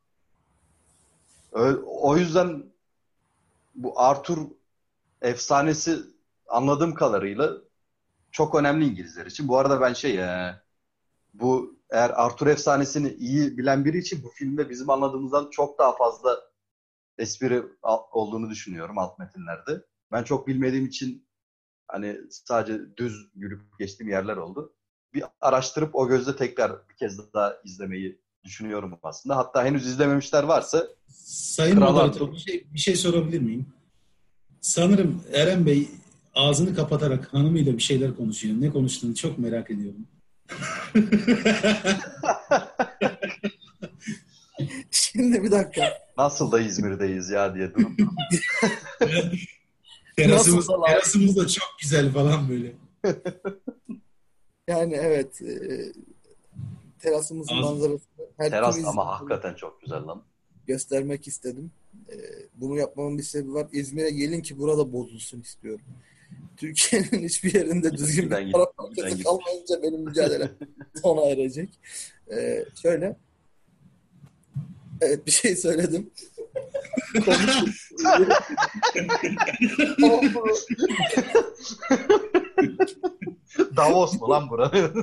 O yüzden bu Arthur efsanesi anladığım kadarıyla çok önemli İngilizler için. Bu arada ben bu eğer Arthur efsanesini iyi bilen biri için bu filmde bizim anladığımızdan çok daha fazla espri olduğunu düşünüyorum alt metinlerde. Ben çok bilmediğim için hani sadece düz yürüp geçtiğim yerler oldu. Bir araştırıp o gözle tekrar bir kez daha izlemeyi düşünüyorum aslında. Hatta henüz izlememişler varsa Sayın Kral moderatör Arthur. bir şey sorabilir miyim? Sanırım Eren Bey ağzını kapatarak hanımıyla bir şeyler konuşuyor. Ne konuştuğunu çok merak ediyorum. Şimdi bir dakika. Nasıl da İzmir'deyiz ya diye durup Nasıl da lan? terasımız da çok güzel falan böyle. Yani evet terasımızın Ağız, manzarasını her tüm teras ama izleyicilere hakikaten çok güzel lan. göstermek istedim. Bunu yapmamın bir sebebi var. İzmir'e gelin ki burada bozulsun istiyorum. Türkiye'nin hiçbir yerinde düzgün bir Giden git, para giden bankası git. kalmayınca benim mücadelem sona erecek. Şöyle, evet bir şey söyledim. Konuştum. Davos mu lan bura?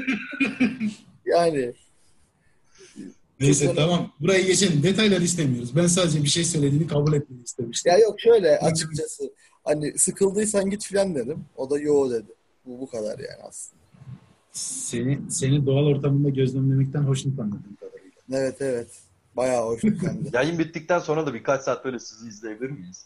Yani neyse çok önemli. tamam. Burayı geçelim. Detaylar istemiyoruz. Ben sadece bir şey söylediğini kabul etmeni istemiştim. Ya yok şöyle açıkçası hani sıkıldıysan git filan dedim. O da yo dedi. Bu kadar yani aslında. Seni doğal ortamında gözlemlemekten hoşnut anladığım kadarıyla. Evet evet. Bayağı hoştu bende. Yayın bittikten sonra da birkaç saat böyle sizi izleyebilir miyiz?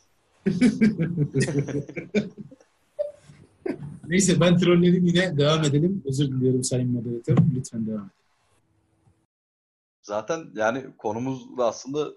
Neyse ben trolledim, yine devam edelim. Özür diliyorum sayın moderatör. Lütfen devam et. Zaten yani konumuz da aslında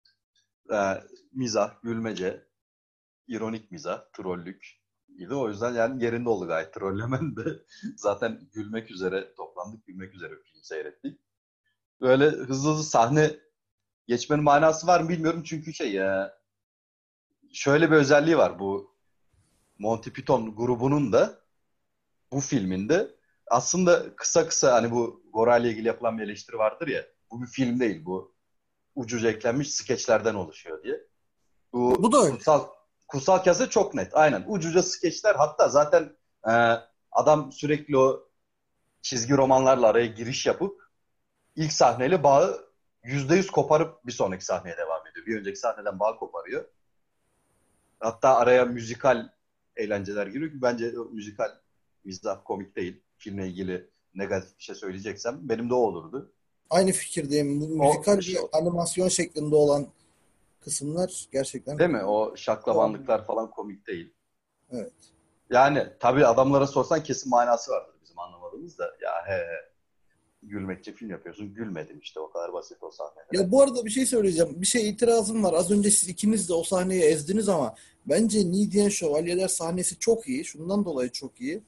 mizah, gülmece, ironik mizah, trollük idi. O yüzden yani yerinde oldu gayet trollemen de. Zaten gülmek üzere toplandık, gülmek üzere bir film seyrettik. Böyle hızlı hızlı sahne geçmenin manası var mı bilmiyorum. Çünkü şöyle bir özelliği var bu Monty Python grubunun da bu filminde. Aslında kısa kısa hani bu Gora ile ilgili yapılan bir eleştiri vardır ya. Bu bir film değil, bu ucuca eklenmiş skeçlerden oluşuyor diye. Bu da öyle. Kutsal Kase çok net. Aynen. Ucuca skeçler. Hatta zaten adam sürekli o çizgi romanlarla araya giriş yapıp ilk sahneyle bağı %100 koparıp bir sonraki sahneye devam ediyor. Bir önceki sahneden bağ koparıyor. Hatta araya müzikal eğlenceler giriyor ki bence o müzikal mizah komik değil. Filmle ilgili negatif bir şey söyleyeceksem benim de o olurdu. Aynı fikirdeyim. Bu müzikal bir animasyon şeklinde olan kısımlar gerçekten... Değil mi? O şaklabanlıklar falan komik değil. Evet. Yani tabii adamlara sorsan kesin manası vardır bizim anlamadığımız da. Ya gülmekçi film yapıyorsun. Gülmedim işte, o kadar basit o sahneler. Ya bu arada bir şey söyleyeceğim. Bir şey itirazım var. Az önce siz ikiniz de o sahneyi ezdiniz ama bence Nidyen Şövalyeler sahnesi çok iyi. Şundan dolayı çok iyi.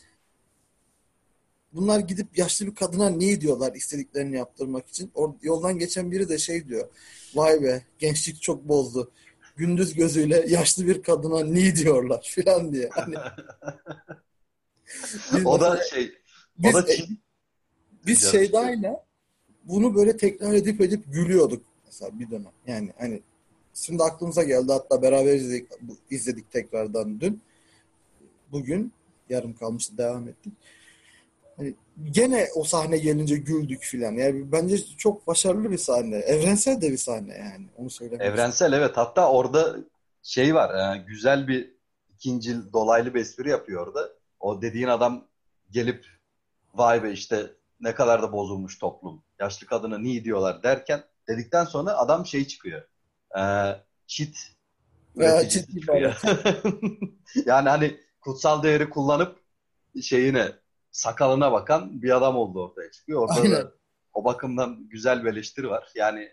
Bunlar gidip yaşlı bir kadına ne diyorlar istediklerini yaptırmak için. Yoldan geçen biri de şey diyor. Vay be, gençlik çok bozdu. Gündüz gözüyle yaşlı bir kadına ne diyorlar filan diye. Hani o da biz Şeyda'yla bunu böyle tekrar edip gülüyorduk mesela bir dönem. Yani hani şimdi aklımıza geldi, hatta beraber izledik tekrardan dün. Bugün yarım kalmıştı, devam ettik. Hani gene o sahne gelince güldük filan. Yani bence çok başarılı bir sahne. Evrensel de bir sahne yani. Onu söylemek evrensel istedim. evet. Hatta orada var. Güzel bir ikincil dolaylı bir espri yapıyor orada. O dediğin adam gelip vay be işte ne kadar da bozulmuş toplum. Yaşlı kadına niye diyorlar dedikten sonra adam çıkıyor. Çit üreticisi Ciddi çıkıyor. Yani hani kutsal değeri kullanıp sakalına bakan bir adam oldu ortaya çıkıyor. Orada Aynen. da o bakımdan güzel bir eleştiri var. Yani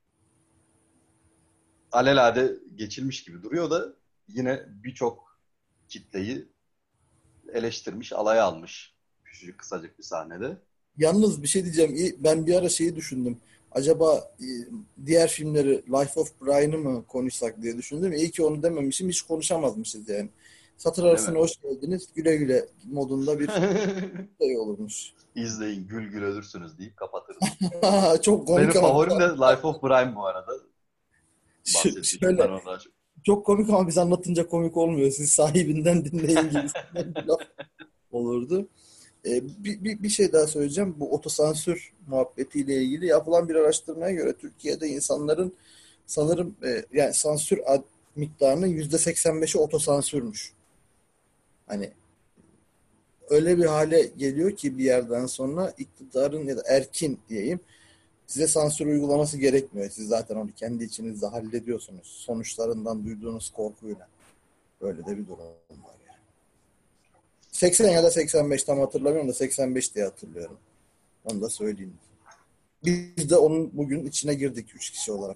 alelade geçilmiş gibi duruyor da yine birçok kitleyi eleştirmiş, alaya almış. Küçücük kısacık bir sahnede. Yalnız bir şey diyeceğim. Ben bir ara şeyi düşündüm. Acaba diğer filmleri Life of Brian'ı mı konuşsak diye düşündüm. İyi ki onu dememişim. Hiç konuşamazmışız yani. Satır Değil arasına mi? hoş geldiniz. Güle güle modunda bir şey olurmuş. İzleyin, gül gül ölürsünüz deyip kapatırız. Çok Benim komik ama favorim de Life of Brian bu arada. Bahsetmiştim ben şöyle oradan. çok komik ama biz anlatınca komik olmuyor. Siz sahibinden dinleyin gibisinden bir laf olurdu. Bir şey daha söyleyeceğim. Bu otosansür muhabbetiyle ilgili yapılan bir araştırmaya göre Türkiye'de insanların sanırım yani sansür miktarının %85'i otosansürmüş. Hani öyle bir hale geliyor ki bir yerden sonra iktidarın ya da erkin diyeyim size sansür uygulaması gerekmiyor. Siz zaten onu kendi içinizde hallediyorsunuz. Sonuçlarından duyduğunuz korkuyla. Böyle de bir durum var yani. 80 ya da 85 tam hatırlamıyorum da 85 diye hatırlıyorum. Onu da söyleyeyim. Biz de onun bugün içine girdik 3 kişi olarak.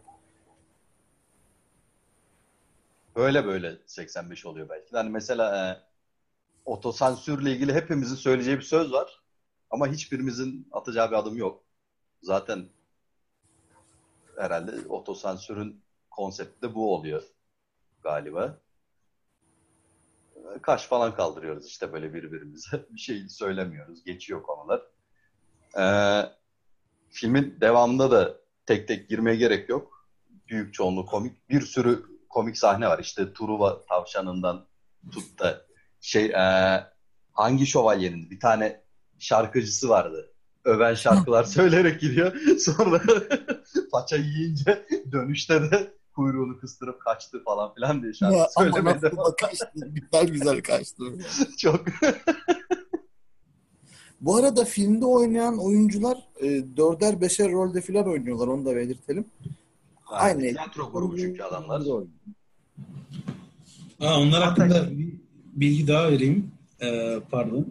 Böyle 85 oluyor belki. Yani mesela otosansürle ilgili hepimizin söyleyeceği bir söz var. Ama hiçbirimizin atacağı bir adım yok. Zaten herhalde otosansürün konsepti de bu oluyor galiba. Kaş falan kaldırıyoruz işte böyle birbirimize. Bir şey söylemiyoruz. Geçiyor konular. Filmin devamında da tek tek girmeye gerek yok. Büyük çoğunluğu komik. Bir sürü komik sahne var. İşte Truva tavşanından tut da hangi şövalyenin bir tane şarkıcısı vardı. Öven şarkılar söyleyerek gidiyor. Sonra paça yiyince dönüşte de kuyruğunu kıstırıp kaçtı falan filan diye şarkı Ya, ama söylemeye nasıl devam. da kaçtı. Güzel kaçtı. Çok Bu arada filmde oynayan oyuncular dörder beşer rolde falan oynuyorlar. Onu da belirtelim. Yani Aynı. tiyatro grubu çünkü adamlar. Onlar hakkında bir bilgi daha vereyim. Pardon.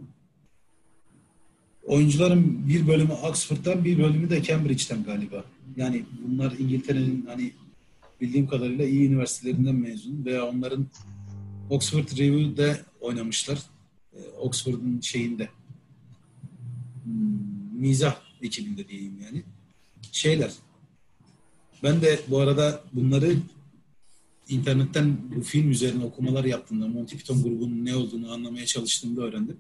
Oyuncuların bir bölümü Oxford'dan, bir bölümü de Cambridge'den galiba. Yani bunlar İngiltere'nin hani bildiğim kadarıyla iyi üniversitelerinden mezun veya onların Oxford Review'de oynamışlar. Oxford'un şeyinde. Mizah ekibinde diyeyim yani. Şeyler. Ben de bu arada bunları internetten bu film üzerine okumalar yaptığımda Monty Python grubunun ne olduğunu anlamaya çalıştığımda öğrendim.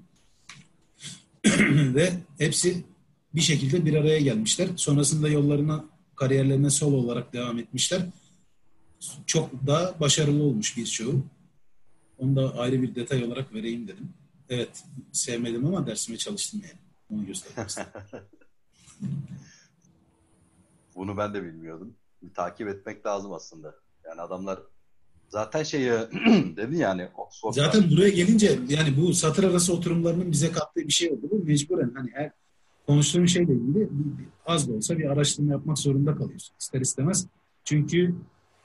Ve hepsi bir şekilde bir araya gelmişler. Sonrasında yollarına, kariyerlerine solo olarak devam etmişler. Çok daha başarılı olmuş birçoğu. Onu da ayrı bir detay olarak vereyim dedim. Evet, sevmedim ama dersime çalıştım yani. Onu göstermek istedim. Bunu ben de bilmiyordum. Bir takip etmek lazım aslında. Yani adamlar zaten dedin yani Oxford'da. Zaten buraya gelince yani bu satır arası oturumlarının bize kattığı bir şey oldu. Bu mecburen hani her konuştuğun şeyle ilgili az da olsa bir araştırma yapmak zorunda kalıyorsun. İster istemez. Çünkü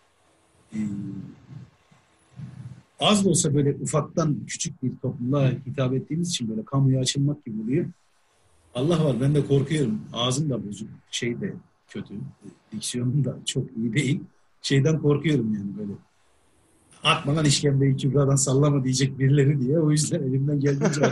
az da olsa böyle ufaktan küçük bir topluluğa hitap ettiğimiz için böyle kamuya açılmak gibi oluyor. Allah var, ben de korkuyorum. Ağzım da bozuk. Şey de kötü. Diksiyonum da çok iyi değil. Şeyden korkuyorum yani böyle. Atma lan işkembeyi kübradan sallama diyecek birileri diye. O yüzden elimden geldiğince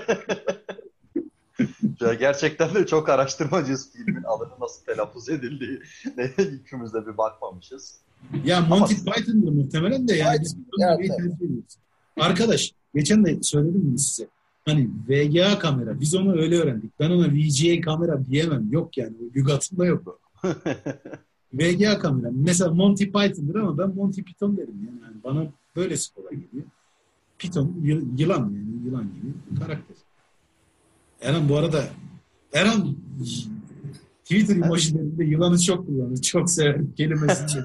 Gerçekten de çok araştırmacıyız filmin adını nasıl telaffuz edildiği. İkimiz de bir bakmamışız. Ya Monty Python'dır muhtemelen de yani biz tercih ediyoruz. Arkadaş, geçen de söyledim bunu size. Hani VGA kamera, biz onu öyle öğrendik. Ben ona VGA kamera diyemem. Yok yani, lügatımda yok. VGA kamera. Mesela Monty Python'dır ama ben Monty Python derim. Yani bana böylesi kolay geliyor. Python, yılan yani, yılan gibi karakter. Erhan bu arada, Erhan Twitter emojilerinde yılanı çok kullanır. Çok severim kelimesini.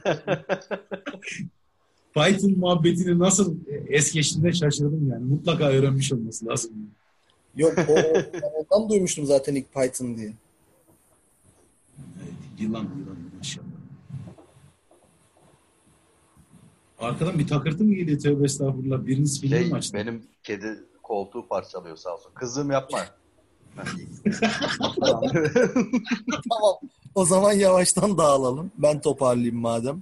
Python muhabbetini nasıl es geçtiğine şaşırdım yani. Mutlaka öğrenmiş olması lazım. Yok, ondan duymuştum zaten ilk Python diye. Evet, yılan maşallah. Arkadan bir takırtı mı geliyor, tövbe estağfurullah. Biriniz filmi mi açtı? Benim kedi koltuğu parçalıyor sağ olsun. Kızım yapma. Tamam. O zaman yavaştan dağılalım. Ben toparlayayım madem.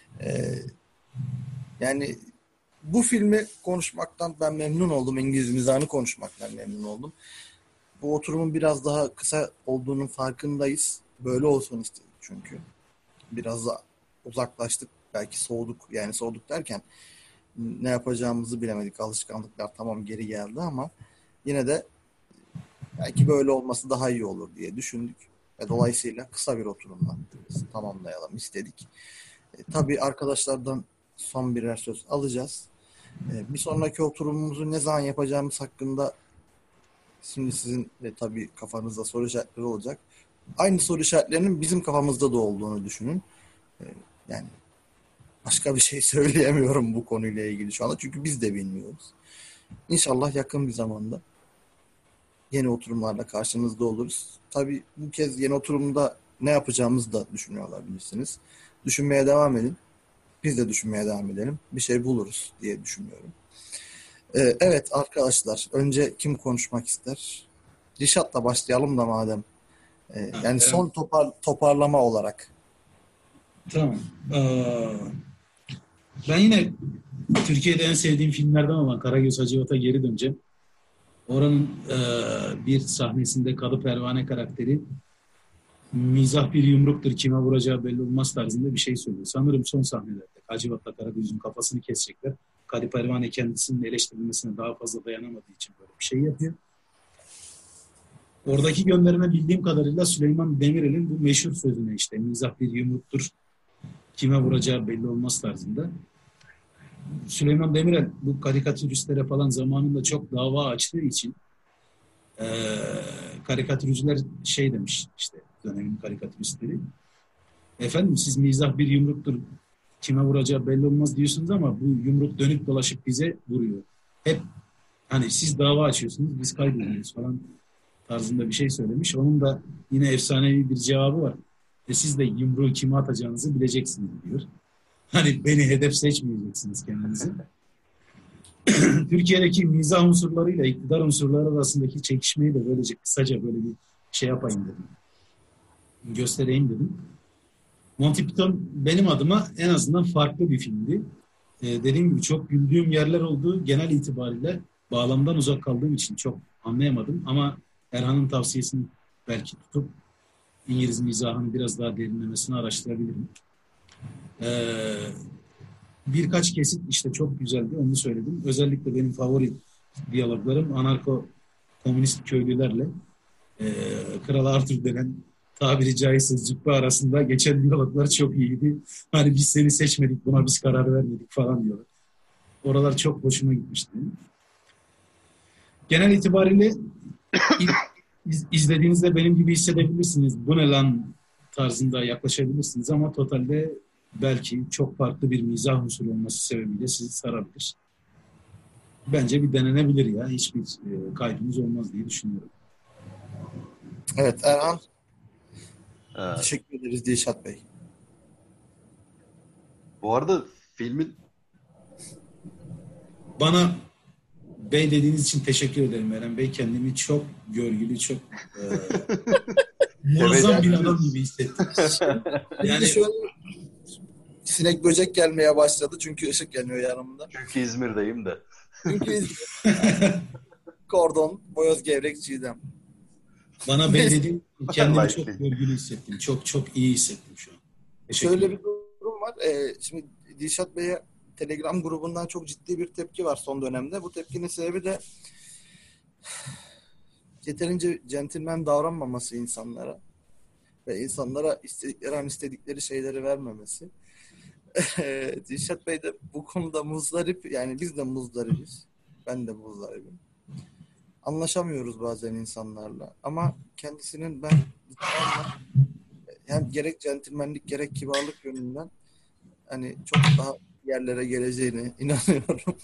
Yani bu filmi konuşmaktan ben memnun oldum. İngiliz mizahını konuşmaktan memnun oldum. Bu oturumun biraz daha kısa olduğunun farkındayız. Böyle olsun istedik çünkü. Biraz da uzaklaştık. Belki soğuduk. Yani soğuduk derken ne yapacağımızı bilemedik. Alışkanlıklar tamam geri geldi ama yine de belki böyle olması daha iyi olur diye düşündük. Ve dolayısıyla kısa bir oturumla tamamlayalım istedik. Tabii arkadaşlardan son birer söz alacağız. Bir sonraki oturumumuzu ne zaman yapacağımız hakkında şimdi sizin de tabii kafanızda soru işaretleri olacak. Aynı soru işaretlerinin bizim kafamızda da olduğunu düşünün. Yani başka bir şey söyleyemiyorum bu konuyla ilgili şu anda. Çünkü biz de bilmiyoruz. İnşallah yakın bir zamanda yeni oturumlarla karşınızda oluruz. Tabii bu kez yeni oturumda ne yapacağımızı da düşünüyor olabilirsiniz. Düşünmeye devam edin. Biz de düşünmeye devam edelim. Bir şey buluruz diye düşünüyorum. Evet arkadaşlar. Önce kim konuşmak ister? Rişat'la başlayalım da madem. Yani son toparlama olarak. Tamam. Ben yine Türkiye'de en sevdiğim filmlerden olan Karagöz Hacivat'a geri döneceğim. Oranın bir sahnesinde Kadı Pervane karakteri mizah bir yumruktur, kime vuracağı belli olmaz tarzında bir şey söylüyor. Sanırım son sahnelerde Hacivat'la Karagöz'ün kafasını kesecekler. Kadı Pervane kendisinin eleştirilmesine daha fazla dayanamadığı için böyle bir şey yapıyor. Oradaki gönderme bildiğim kadarıyla Süleyman Demirel'in bu meşhur sözüne işte mizah bir yumruktur, kime vuracağı belli olmaz tarzında. Süleyman Demirel bu karikatüristlere falan zamanında çok dava açtığı için karikatürcüler şey demiş işte dönemin karikatüristleri. Efendim siz mizah bir yumruktur, kime vuracağı belli olmaz diyorsunuz ama bu yumruk dönüp dolaşıp bize vuruyor. Hep hani siz dava açıyorsunuz, biz kaybediyoruz falan tarzında bir şey söylemiş. Onun da yine efsanevi bir cevabı var. Siz de yumruğu kime atacağınızı bileceksiniz diyor. Hani beni hedef seçmeyeceksiniz kendinizi. Türkiye'deki mizah unsurlarıyla iktidar unsurları arasındaki çekişmeyi de böylece kısaca böyle bir şey yapayım dedim. Göstereyim dedim. Monty Python benim adıma en azından farklı bir filmdi. Dediğim gibi çok güldüğüm yerler oldu. Genel itibariyle bağlamdan uzak kaldığım için çok anlayamadım. Ama Erhan'ın tavsiyesini belki tutup İngiliz mizahını biraz daha derinlemesine araştırabilirim. Birkaç kesit işte çok güzeldi, onu söyledim. Özellikle benim favori diyaloglarım anarko-komünist köylülerle Kral Arthur denen tabiri caizse züppe arasında geçen diyaloglar çok iyiydi. Hani biz seni seçmedik, buna biz karar vermedik falan diyorlar. Oralar çok hoşuma gitmişti. Genel itibariyle izlediğinizde benim gibi hissedebilirsiniz. Bu ne lan tarzında yaklaşabilirsiniz ama totalde belki çok farklı bir mizah unsuru olması sebebiyle sizi sarabilir. Bence bir denenebilir ya. Hiçbir kaybınız olmaz diye düşünüyorum. Evet Erhan. Evet. Teşekkür ederiz Dilşat Bey. Bu arada filmin Bana bey dediğiniz için teşekkür ederim Eren Bey. Kendimi çok görgülü, çok muazzam bir adam gibi hissettim. Yani şöyle sinek böcek gelmeye başladı çünkü ışık yanıyor yanımda. çünkü İzmir'deyim de. Çünkü kordon, boyoz, gevrek, çiğdem. Bana bey dediğin kendimi çok görgülü hissettim. Çok çok iyi hissettim şu an. Şöyle bir durum var. Şimdi Dilşat Bey'e Telegram grubundan çok ciddi bir tepki var son dönemde. Bu tepkinin sebebi de yeterince centilmen davranmaması insanlara ve insanlara istedikleri şeyleri vermemesi. Dilşat Bey de bu konuda muzdarip, yani biz de muzdaribiz. Ben de muzdaribim. Anlaşamıyoruz bazen insanlarla ama kendisinin ben hem gerek centilmenlik gerek kibarlık yönünden hani çok daha yerlere geleceğine inanıyorum.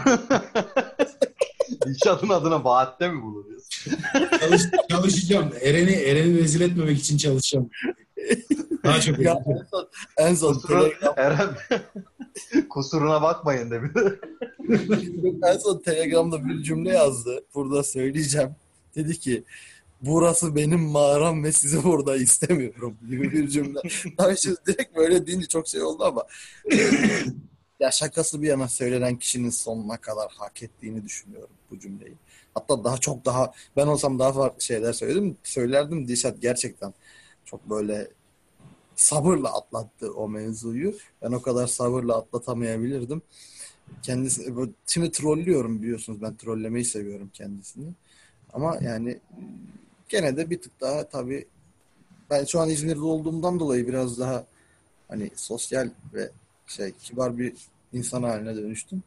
Dilşat'ın adına vaatte mi bulunuyorsun? Çalışacağım. Eren'i rezil etmemek için çalışacağım. Daha çok ya en son Telegram... Eren kusuruna bakmayın de bir de. En son Telegram'da bir cümle yazdı. Burada söyleyeceğim. Dedi ki burası benim mağaram ve sizi burada istemiyorum gibi bir cümle. Tabii şimdi direkt böyle deyince çok şey oldu ama ya şakası bir yana söylenen kişinin sonuna kadar hak ettiğini düşünüyorum bu cümleyi. Hatta çok daha ben olsam daha farklı şeyler söylerdim. Dilşat gerçekten çok böyle sabırla atlattı o mevzuyu. Ben o kadar sabırla atlatamayabilirdim. Kendisi şimdi trollüyorum biliyorsunuz. Ben trollemeyi seviyorum kendisini. Ama yani gene de bir tık daha tabii ben şu an İzmir'de olduğumdan dolayı biraz daha hani sosyal ve kibar bir insan haline dönüştüm.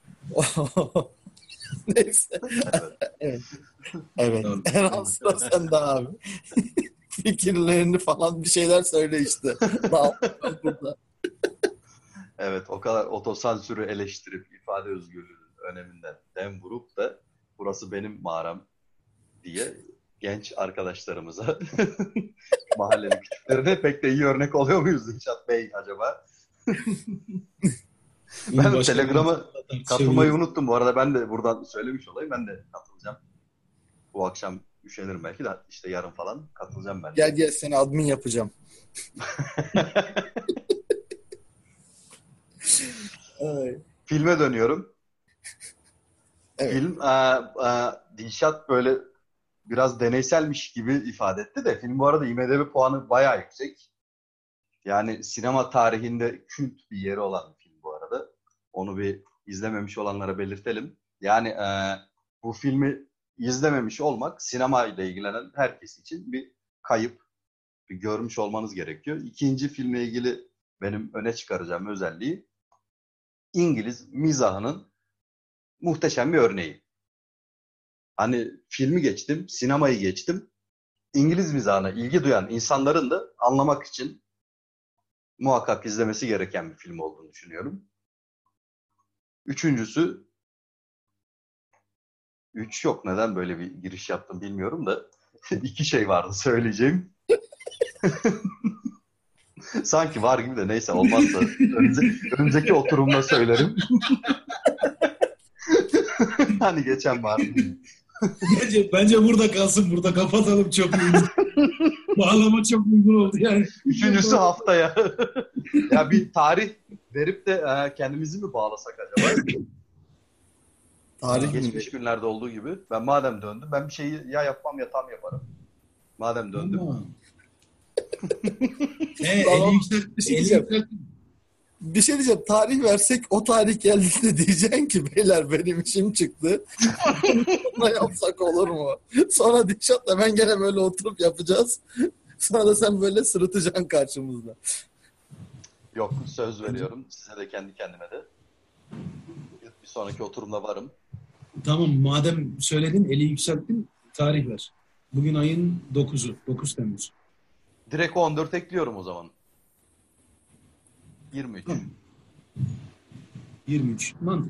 Neyse. Evet. Evet. Erhan sıra sende abi. Fikirlerini falan bir şeyler söyle işte. Burada. Evet, o kadar otosansürü eleştirip ifade özgürlüğünün öneminden dem vurup da burası benim mağaram diye genç arkadaşlarımıza mahallenin küçüklerine pek de iyi örnek oluyor muyuz Dilşat Bey acaba? Ben Telegram'a katılmayı unuttum. Bu arada ben de buradan söylemiş olayım. Ben de katılacağım. Bu akşam üşenirim belki de işte yarın falan katılacağım ben de. Gel seni admin yapacağım. Filme dönüyorum. Evet. Film Dilşat böyle biraz deneyselmiş gibi ifade etti de film bu arada IMDb puanı bayağı yüksek. Yani sinema tarihinde kült bir yeri olan bir film bu arada. Onu bir izlememiş olanlara belirtelim. Yani bu filmi izlememiş olmak sinema ile ilgilenen herkes için bir kayıp. Bir görmüş olmanız gerekiyor. İkinci filmle ilgili benim öne çıkaracağım özelliği İngiliz mizahının muhteşem bir örneği. Hani filmi geçtim, sinemayı geçtim. İngiliz mizahına ilgi duyan insanların da anlamak için muhakkak izlemesi gereken bir film olduğunu düşünüyorum. Üçüncüsü, üç yok neden böyle bir giriş yaptım bilmiyorum da İki şey vardı söyleyeceğim. Sanki var gibi de neyse olmazsa önümüzdeki oturumda söylerim. Hani geçen vardı. Bence burada kalsın. Burada kapatalım, çok uygun. Bağlama çok uygun oldu yani. Üçüncüsü haftaya. Ya bir tarih verip de kendimizi mi bağlasak acaba? Tarih mi? Geçmiş günlerde olduğu gibi. Ben madem döndüm, ben bir şeyi ya yapmam ya tam yaparım. Madem döndüm. Tamam. Tamam. Eli Bir şey yükselttim. diyeceğim. Bir şey diyeceğim. Tarih versek o tarih geldiğinde diyeceksin ki beyler benim işim çıktı. Ne yapsak olur mu? Sonra Dişat'la ben gene böyle oturup yapacağız. Sonra da sen böyle sırıtacaksın karşımızda. Yok, söz veriyorum. Size de kendi kendime de. Bir sonraki oturumda varım. Tamam, madem söyledin, eli yükselttin, tarih ver. Bugün ayın 9'u. 9 Temmuz. Direkt 14 ekliyorum o zaman. 23. 23. Mantıklı.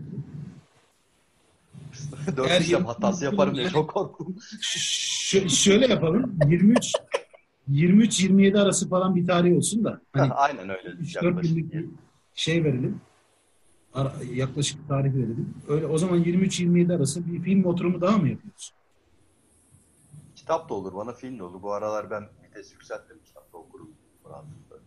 4 Eğer işlem 23 hatası yaparım diye çok korktum. Şöyle yapalım. 23-27 arası falan bir tarih olsun da. Hani Aynen öyle. 3-4 Yaklaşık. günlük bir şey verelim. Yaklaşık tarih verelim. Öyle o zaman 23-27 arası bir film oturumu daha mı yapıyoruz? Kitap da olur, bana film de olur. Bu aralar ben vites yükselttim. Kitapta okurum. Rahatlıkla.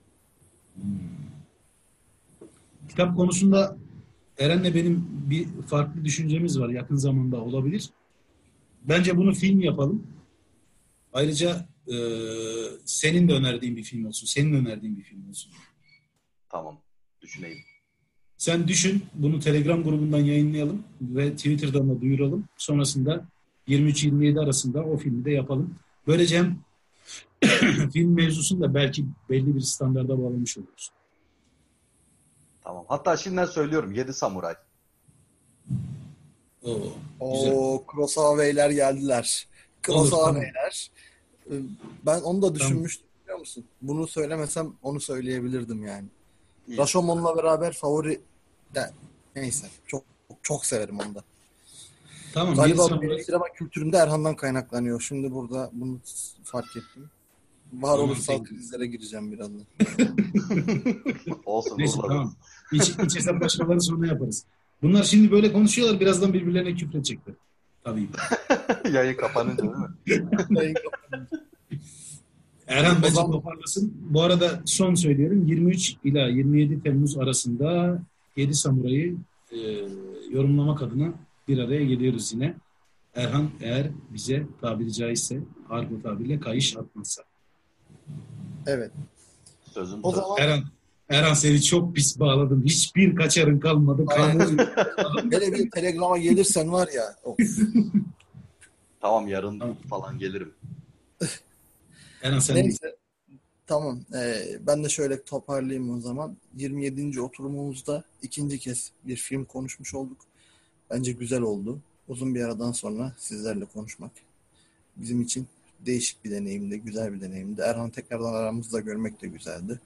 Kitap konusunda Eren'le benim bir farklı düşüncemiz var. Yakın zamanda olabilir. Bence bunu film yapalım. Ayrıca senin de önerdiğin bir film olsun. Senin önerdiğin bir film olsun. Tamam. Düşüneyim. Sen düşün. Bunu Telegram grubundan yayınlayalım ve Twitter'dan da duyuralım. Sonrasında 23-27 arasında o filmi de yapalım. Böylece hem film mevzusunu da belki belli bir standarda bağlamış oluruz. Tamam. Hatta şimdiden söylüyorum. 7 Samuray. Oo, güzel. O Kurosawa beyler geldiler. Kurosawa Olur, tamam. beyler. Ben onu da düşünmüştüm biliyor musun? Bunu söylemesem onu söyleyebilirdim yani. İyi. Rashomon'la beraber favori de, neyse çok çok severim onu da. Tamam. Galiba benim sinema kültürümde Erhan'dan kaynaklanıyor. Şimdi burada bunu fark ettim. Var Tamam, olursa peki. krizlere gireceğim birazdan. Olsun. Neyse, Urla'da. tamam. İç hesaplaşmaları sonra yaparız. Bunlar şimdi böyle konuşuyorlar. Birazdan birbirlerine küfredecekler. Tabii. Yayın kapanınca değil mi? Erhan O bence zaman- toparlasın. Bu arada son söylüyorum. 23 ila 27 Temmuz arasında 7 Samuray'ı yorumlamak adına bir araya geliyoruz yine. Erhan eğer bize tabiri caizse argo tabirle kayış atmazsa. Evet. Sözüm O söz. zaman Erhan seni çok pis bağladım. Hiçbir kaçarın kalmadı. Aynen. Böyle bir telegrama gelirsen var ya. Of. Tamam, yarın Tamam. falan gelirim. Erhan sen Neyse. Tamam. Ben de şöyle toparlayayım o zaman. 27. oturumumuzda ikinci kez bir film konuşmuş olduk. Bence güzel oldu. Uzun bir aradan sonra sizlerle konuşmak bizim için değişik bir deneyimdi, güzel bir deneyimdi. Erhan'ı tekrardan aramızda görmek de güzeldi.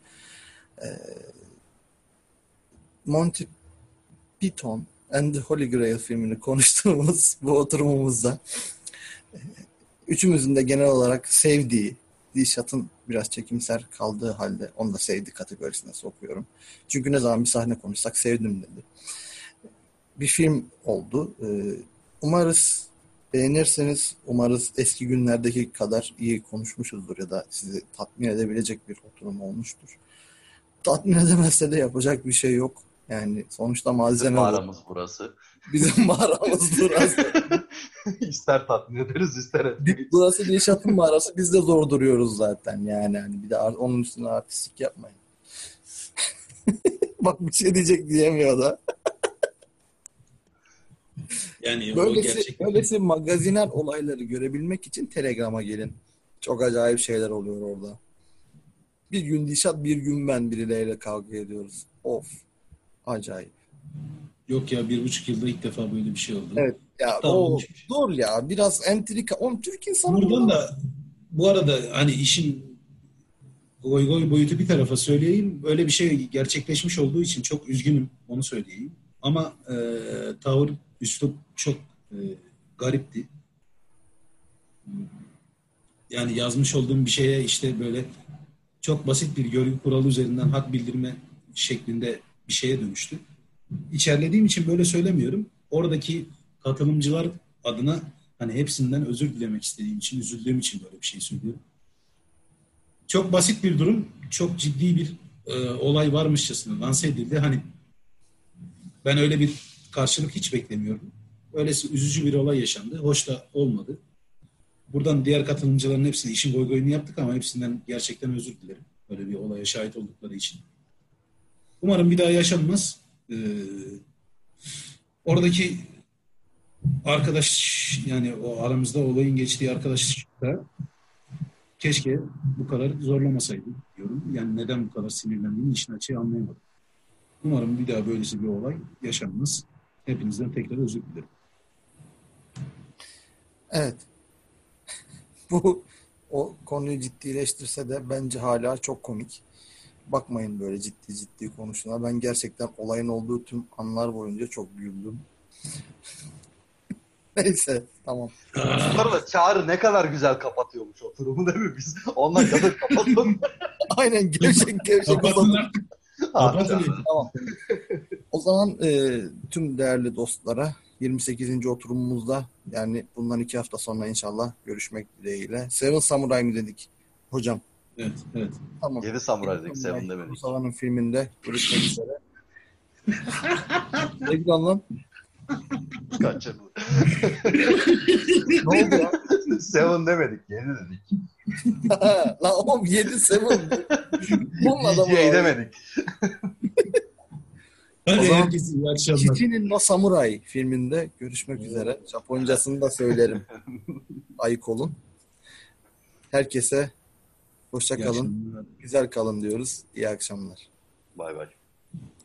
Monty Python and the Holy Grail filmini konuştuğumuz bu oturumumuzda üçümüzün de genel olarak sevdiği, Dilşat'ın biraz çekimser kaldığı halde onu da sevdiği kategorisine sokuyorum. Çünkü ne zaman bir sahne konuşsak sevdim dedi. Bir film oldu. Umarız beğenirseniz, umarız eski günlerdeki kadar iyi konuşmuşuzdur ya da sizi tatmin edebilecek bir oturum olmuştur. Tatmin edemezse de yapacak bir şey yok. Yani sonuçta Bizim malzeme bu. mağaramız burası. Bizim mağaramız burası. İster tatmin ederiz, ister etmeyiz. Burası Dilşat'ın mağarası. Biz de zor duruyoruz zaten. Yani hani bir de onun üstüne artistlik yapmayın. Bak bir şey diyecek diyemiyor da. yani Böylesi magaziner olayları görebilmek için Telegram'a gelin. Çok acayip şeyler oluyor orada. Bir gün Dilşat, bir gün ben birileriyle kavga ediyoruz. Of. Acayip. Yok ya, 1,5 yılda ilk defa böyle bir şey oldu. Evet. Ya Hatta o olmuş. dur ya. Biraz entrika. Oğlum Türk insanı Buradan da bu arada hani işin goy goy boyutu bir tarafa söyleyeyim. Öyle bir şey gerçekleşmiş olduğu için çok üzgünüm. Onu söyleyeyim. Ama tavır, üslup çok garipti. yani yazmış olduğum bir şeye işte böyle çok basit bir görgü kuralı üzerinden hak bildirme şeklinde bir şeye dönüştü. İçerlediğim için böyle söylemiyorum. Oradaki katılımcılar adına hani hepsinden özür dilemek istediğim için, üzüldüğüm için böyle bir şey söylüyorum. Çok basit bir durum, çok ciddi bir olay varmışçasına lanse edildi. Hani ben öyle bir karşılık hiç beklemiyorum. Öylesi üzücü bir olay yaşandı. Hoş da olmadı. Buradan diğer katılımcıların hepsine işin goygoyunu yaptık ama hepsinden gerçekten özür dilerim. Böyle bir olaya şahit oldukları için. Umarım bir daha yaşanmaz. Oradaki arkadaş yani o aramızda olayın geçtiği arkadaş da keşke bu kadar zorlamasaydı diyorum. Yani neden bu kadar sinirlendiğini işin açığı anlayamadım. Umarım bir daha böylesi bir olay yaşanmaz. Hepinizden tekrar özür dilerim. Evet. Bu o konuyu ciddileştirse de bence hala çok komik. Bakmayın böyle ciddi ciddi konuşuna. Ben gerçekten olayın olduğu tüm anlar boyunca çok güldüm. Neyse tamam. Bu arada Çağrı ne kadar güzel kapatıyormuş oturumu değil mi biz? Ondan kadar kapatalım. Aynen gevşek gevşek Kapatın uzatın. artık. Abi, Kapatın. Tamam. O zaman tüm değerli dostlara 28. oturumumuzda yani bundan 2 hafta sonra inşallah görüşmek dileğiyle. Seven Samurai mı dedik hocam? Evet, evet. Tamam. 7 Samuray dedik, Seven demedik. Kurosawa'nın filminde görüşmek üzere. Ne güzel lan? Kaçırdı. Ne oldu ya? Seven demedik, 7 dedik. Lan oğlum 7 Seven. Bunun adamı DJ var. demedik. Hadi O zaman herkese iyi akşamlar. Chichinin no Samurai filminde görüşmek üzere. Japoncasını da söylerim. Ayık olun. Herkese hoşça İyi kalın. akşamlar. Güzel kalın diyoruz. İyi akşamlar. Bay bay.